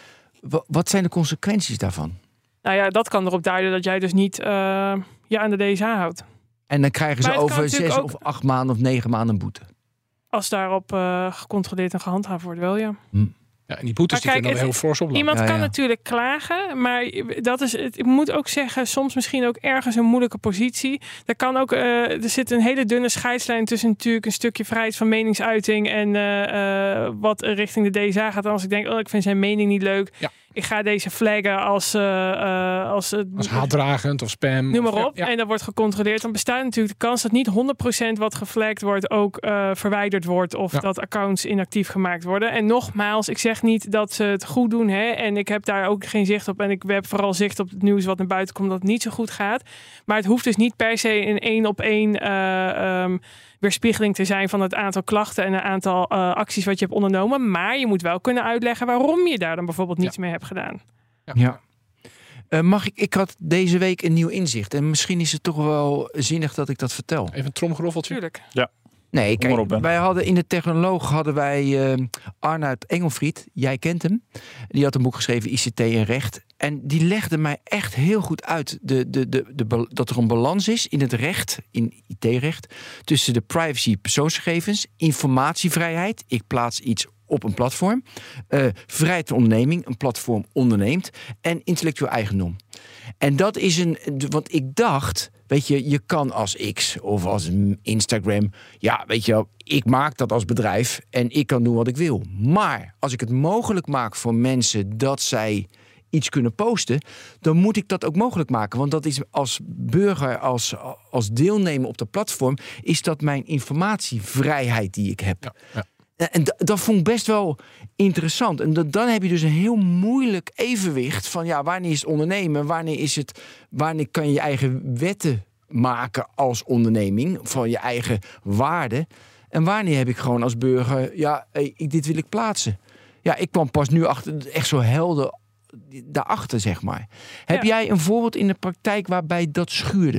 W- wat zijn de consequenties daarvan? Nou ja, dat kan erop duiden dat jij dus niet uh, je aan de D S H houdt. En dan krijgen ze over zes of acht maanden of negen maanden een boete. Als daarop uh, gecontroleerd en gehandhaafd wordt, wel ja. Hm. Ja, en die boetes die kunnen dan heel fors oplopen. Iemand ja, kan ja. natuurlijk klagen, maar dat is het. Ik moet ook zeggen, soms misschien ook ergens een moeilijke positie. Er kan ook, uh, er zit een hele dunne scheidslijn tussen natuurlijk een stukje vrijheid van meningsuiting en uh, uh, wat richting de D S H gaat. En als ik denk, oh, ik vind zijn mening niet leuk. Ja. Ik ga deze flaggen als... Uh, uh, als, uh, als haatdragend of spam. Noem maar of, op. Ja. En dat wordt gecontroleerd. Dan bestaat natuurlijk de kans dat niet honderd procent wat geflagd wordt ook uh, verwijderd wordt. Of ja. dat accounts inactief gemaakt worden. En nogmaals, ik zeg niet dat ze het goed doen. Hè? En ik heb daar ook geen zicht op. En ik heb vooral zicht op het nieuws wat naar buiten komt dat het niet zo goed gaat. Maar het hoeft dus niet per se in één op één... Uh, um, weerspiegeling te zijn van het aantal klachten en een aantal uh, acties wat je hebt ondernomen. Maar je moet wel kunnen uitleggen waarom je daar dan bijvoorbeeld niets ja. mee hebt gedaan. Ja. ja. Uh, mag ik, ik had deze week een nieuw inzicht. En misschien is het toch wel zinnig dat ik dat vertel. Even een tromgeroffeltje. Tuurlijk. Ja. Nee, kijk, wij hadden in de Technoloog hadden wij uh, Arnoud Engelfried. Jij kent hem. Die had een boek geschreven, I C T en Recht. En die legde mij echt heel goed uit de, de, de, de, dat er een balans is in het recht, in I T-recht, tussen de privacy persoonsgegevens, informatievrijheid, ik plaats iets op een platform, uh, vrijheid van onderneming, een platform onderneemt, en intellectueel eigendom. En dat is een, want ik dacht, weet je, je kan als X of als Instagram, ja, weet je wel, ik maak dat als bedrijf en ik kan doen wat ik wil. Maar als ik het mogelijk maak voor mensen dat zij iets kunnen posten, dan moet ik dat ook mogelijk maken. Want dat is als burger, als, als deelnemer op de platform, is dat mijn informatievrijheid die ik heb. Ja, ja. En d- dat vond ik best wel interessant. En d- dan heb je dus een heel moeilijk evenwicht van ja, wanneer is het ondernemen, wanneer is het, wanneer kan je je eigen wetten maken als onderneming van je eigen waarden. En wanneer heb ik gewoon als burger, ja, hey, ik, dit wil ik plaatsen. Ja, ik kwam pas nu achter, echt zo helder daarachter, zeg maar. Heb ja. jij een voorbeeld in de praktijk waarbij dat schuurde?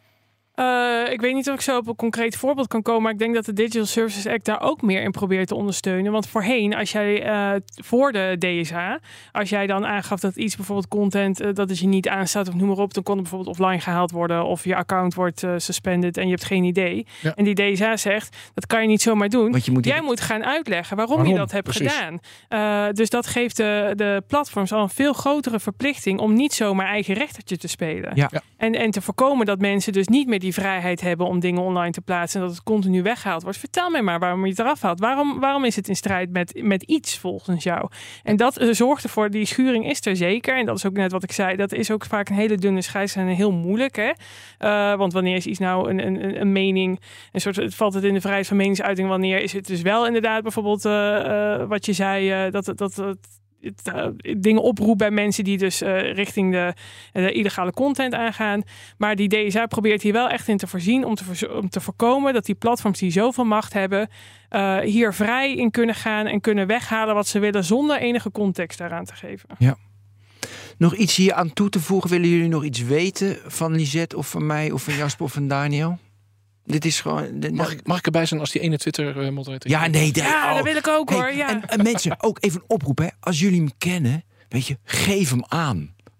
Uh, ik weet niet of ik zo op een concreet voorbeeld kan komen, maar ik denk dat de Digital Services Act daar ook meer in probeert te ondersteunen. Want voorheen, als jij uh, voor de D S H, als jij dan aangaf dat iets, bijvoorbeeld content, uh, dat het je niet aanstaat of noem maar op, dan kon het bijvoorbeeld offline gehaald worden of je account wordt uh, suspended en je hebt geen idee. Ja. En die D S H zegt, dat kan je niet zomaar doen. Want je moet jij die... moet gaan uitleggen waarom, waarom? je dat hebt Precies. gedaan. Uh, dus dat geeft de, de platforms al een veel grotere verplichting om niet zomaar eigen rechtertje te spelen. Ja. Ja. En, en te voorkomen dat mensen dus niet meer die vrijheid hebben om dingen online te plaatsen en dat het continu weggehaald wordt. Vertel mij maar waarom je het eraf haalt. Waarom, waarom is het in strijd met, met iets volgens jou? En dat uh, zorgt ervoor, die schuring is er zeker. En dat is ook net wat ik zei. Dat is ook vaak een hele dunne scheidslijn en heel moeilijk. Hè? Uh, want wanneer is iets nou een, een, een mening? Een soort, het valt het in de vrijheid van meningsuiting. Wanneer is het dus wel inderdaad bijvoorbeeld uh, uh, wat je zei, uh, dat het dat, dat, Het, uh, dingen oproept bij mensen die dus uh, richting de, de illegale content aangaan. Maar die D S H probeert hier wel echt in te voorzien om te, voor, om te voorkomen dat die platforms die zoveel macht hebben, uh, hier vrij in kunnen gaan en kunnen weghalen wat ze willen zonder enige context daaraan te geven. Ja. Nog iets hier aan toe te voegen? Willen jullie nog iets weten van Lisette of van mij of van Jasper of van Daniel? Dit is gewoon. De, mag, ik, mag ik erbij zijn als die ene Twitter-moderator? Ja, nee, de, ja, oh. dat wil ik ook, hey, hoor. Ja. En, en mensen, ook even een oproep, hè. Als jullie hem kennen, weet je, geef hem aan.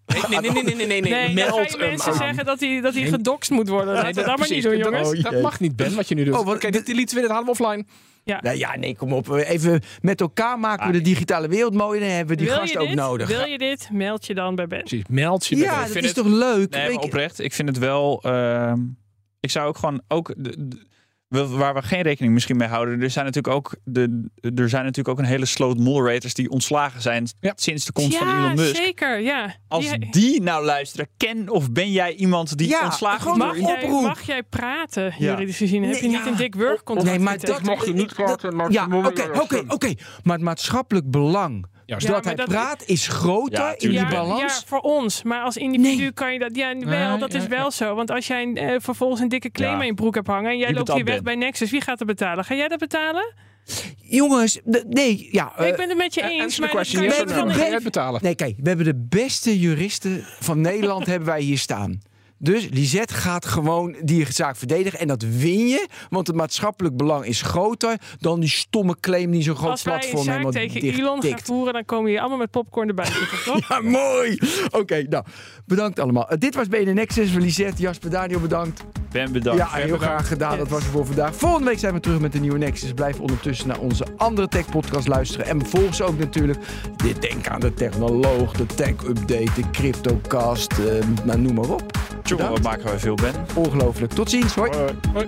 Nee, nee, nee, nee, nee, nee, nee. Nee, Meld dan ga je hem mensen aan. zeggen dat hij, dat hij gedoxt moet worden. Laten we dat maar niet doen, jongens. Dat, dat mag niet, Ben, wat je nu doet. Oh, Oké, wat- dit delete weer, dat halen we offline. Ja. Nou ja, nee, kom op. Even met elkaar maken we de digitale wereld mooi. En dan hebben we die Wil gasten je ook dit? nodig. Wil je dit? Meld je dan bij Ben. Precies, meld je. bij Ja, Ben. dat vind is het- toch leuk? Nee, Weet maar je- oprecht. Ik vind het wel... ehm, ik zou ook gewoon... ook de, de- wel- waar we geen rekening misschien mee houden. Er zijn natuurlijk ook, de, er zijn natuurlijk ook een hele sloot moderators die ontslagen zijn Ja. sinds de komst van Ja, Elon Musk. zeker. Ja. Als Die- die nou luisteren, ken of ben jij iemand die Ja, ontslagen gewoon is Mag door een jij, oproep. mag jij praten, Ja. juridisch gezien? Heb Nee, je niet ja. een dik workcontract? Nee, maar getekend? dat mag je niet praten, maar Ja, ze oké, mogen- oké, oké. Maar het maatschappelijk belang Juist. Ja, dat maar hij dat- praat is groter Ja, in die ja, balans. ja, voor ons. Maar als individu Nee. kan je dat... Ja, wel, Nee, dat ja, is wel ja. zo. Want als jij eh, vervolgens een dikke claim Ja. aan je broek hebt hangen... en jij Wie loopt betaalt hier weg Ben? bij Nexus, wie gaat dat betalen? Ga jij dat betalen? Jongens, d- nee, ja. eh, ik ben het met je Uh, eens, answer maar the dat question, kan je yes nee, or niet no. van... nee, Ga jij het betalen? Nee, kijk, we hebben de beste juristen van Nederland hebben wij hier staan. Dus Lisette gaat gewoon die zaak verdedigen. En dat win je, want het maatschappelijk belang is groter dan die stomme claim die zo'n groot Als wij een platform zaak helemaal tegen dicht Elon gaan tikt. voeren... dan komen hier allemaal met popcorn erbij zitten, toch? Ja, mooi. Oké, nou, bedankt allemaal. Uh, dit was B N N Nexus. Lisette, Jasper, Daniel, bedankt. Ben bedankt. Ja, heel graag gedaan. Dat was het voor vandaag. Volgende week zijn we terug met een nieuwe Nexus. Blijf ondertussen naar onze andere tech-podcast luisteren. En volg ze ook natuurlijk. Dit denk aan de Technoloog, de Tech-update, de Cryptocast. Uh, nou, noem maar op. Tjonge, wat maken wij veel, Ben. Ongelooflijk. Tot ziens. Hoi. Hoi. Hoi.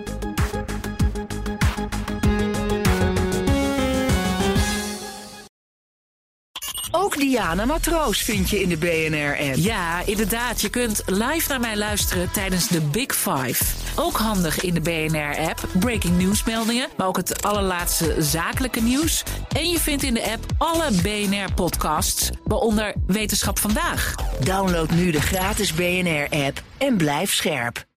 Ook Diana Matroos vind je in de B N R-app. Ja, inderdaad. Je kunt live naar mij luisteren tijdens de Big Five. Ook handig in de B N R-app. Breaking nieuwsmeldingen, maar ook het allerlaatste zakelijke nieuws. En je vindt in de app alle B N R-podcasts, waaronder Wetenschap Vandaag. Download nu de gratis B N R-app en blijf scherp.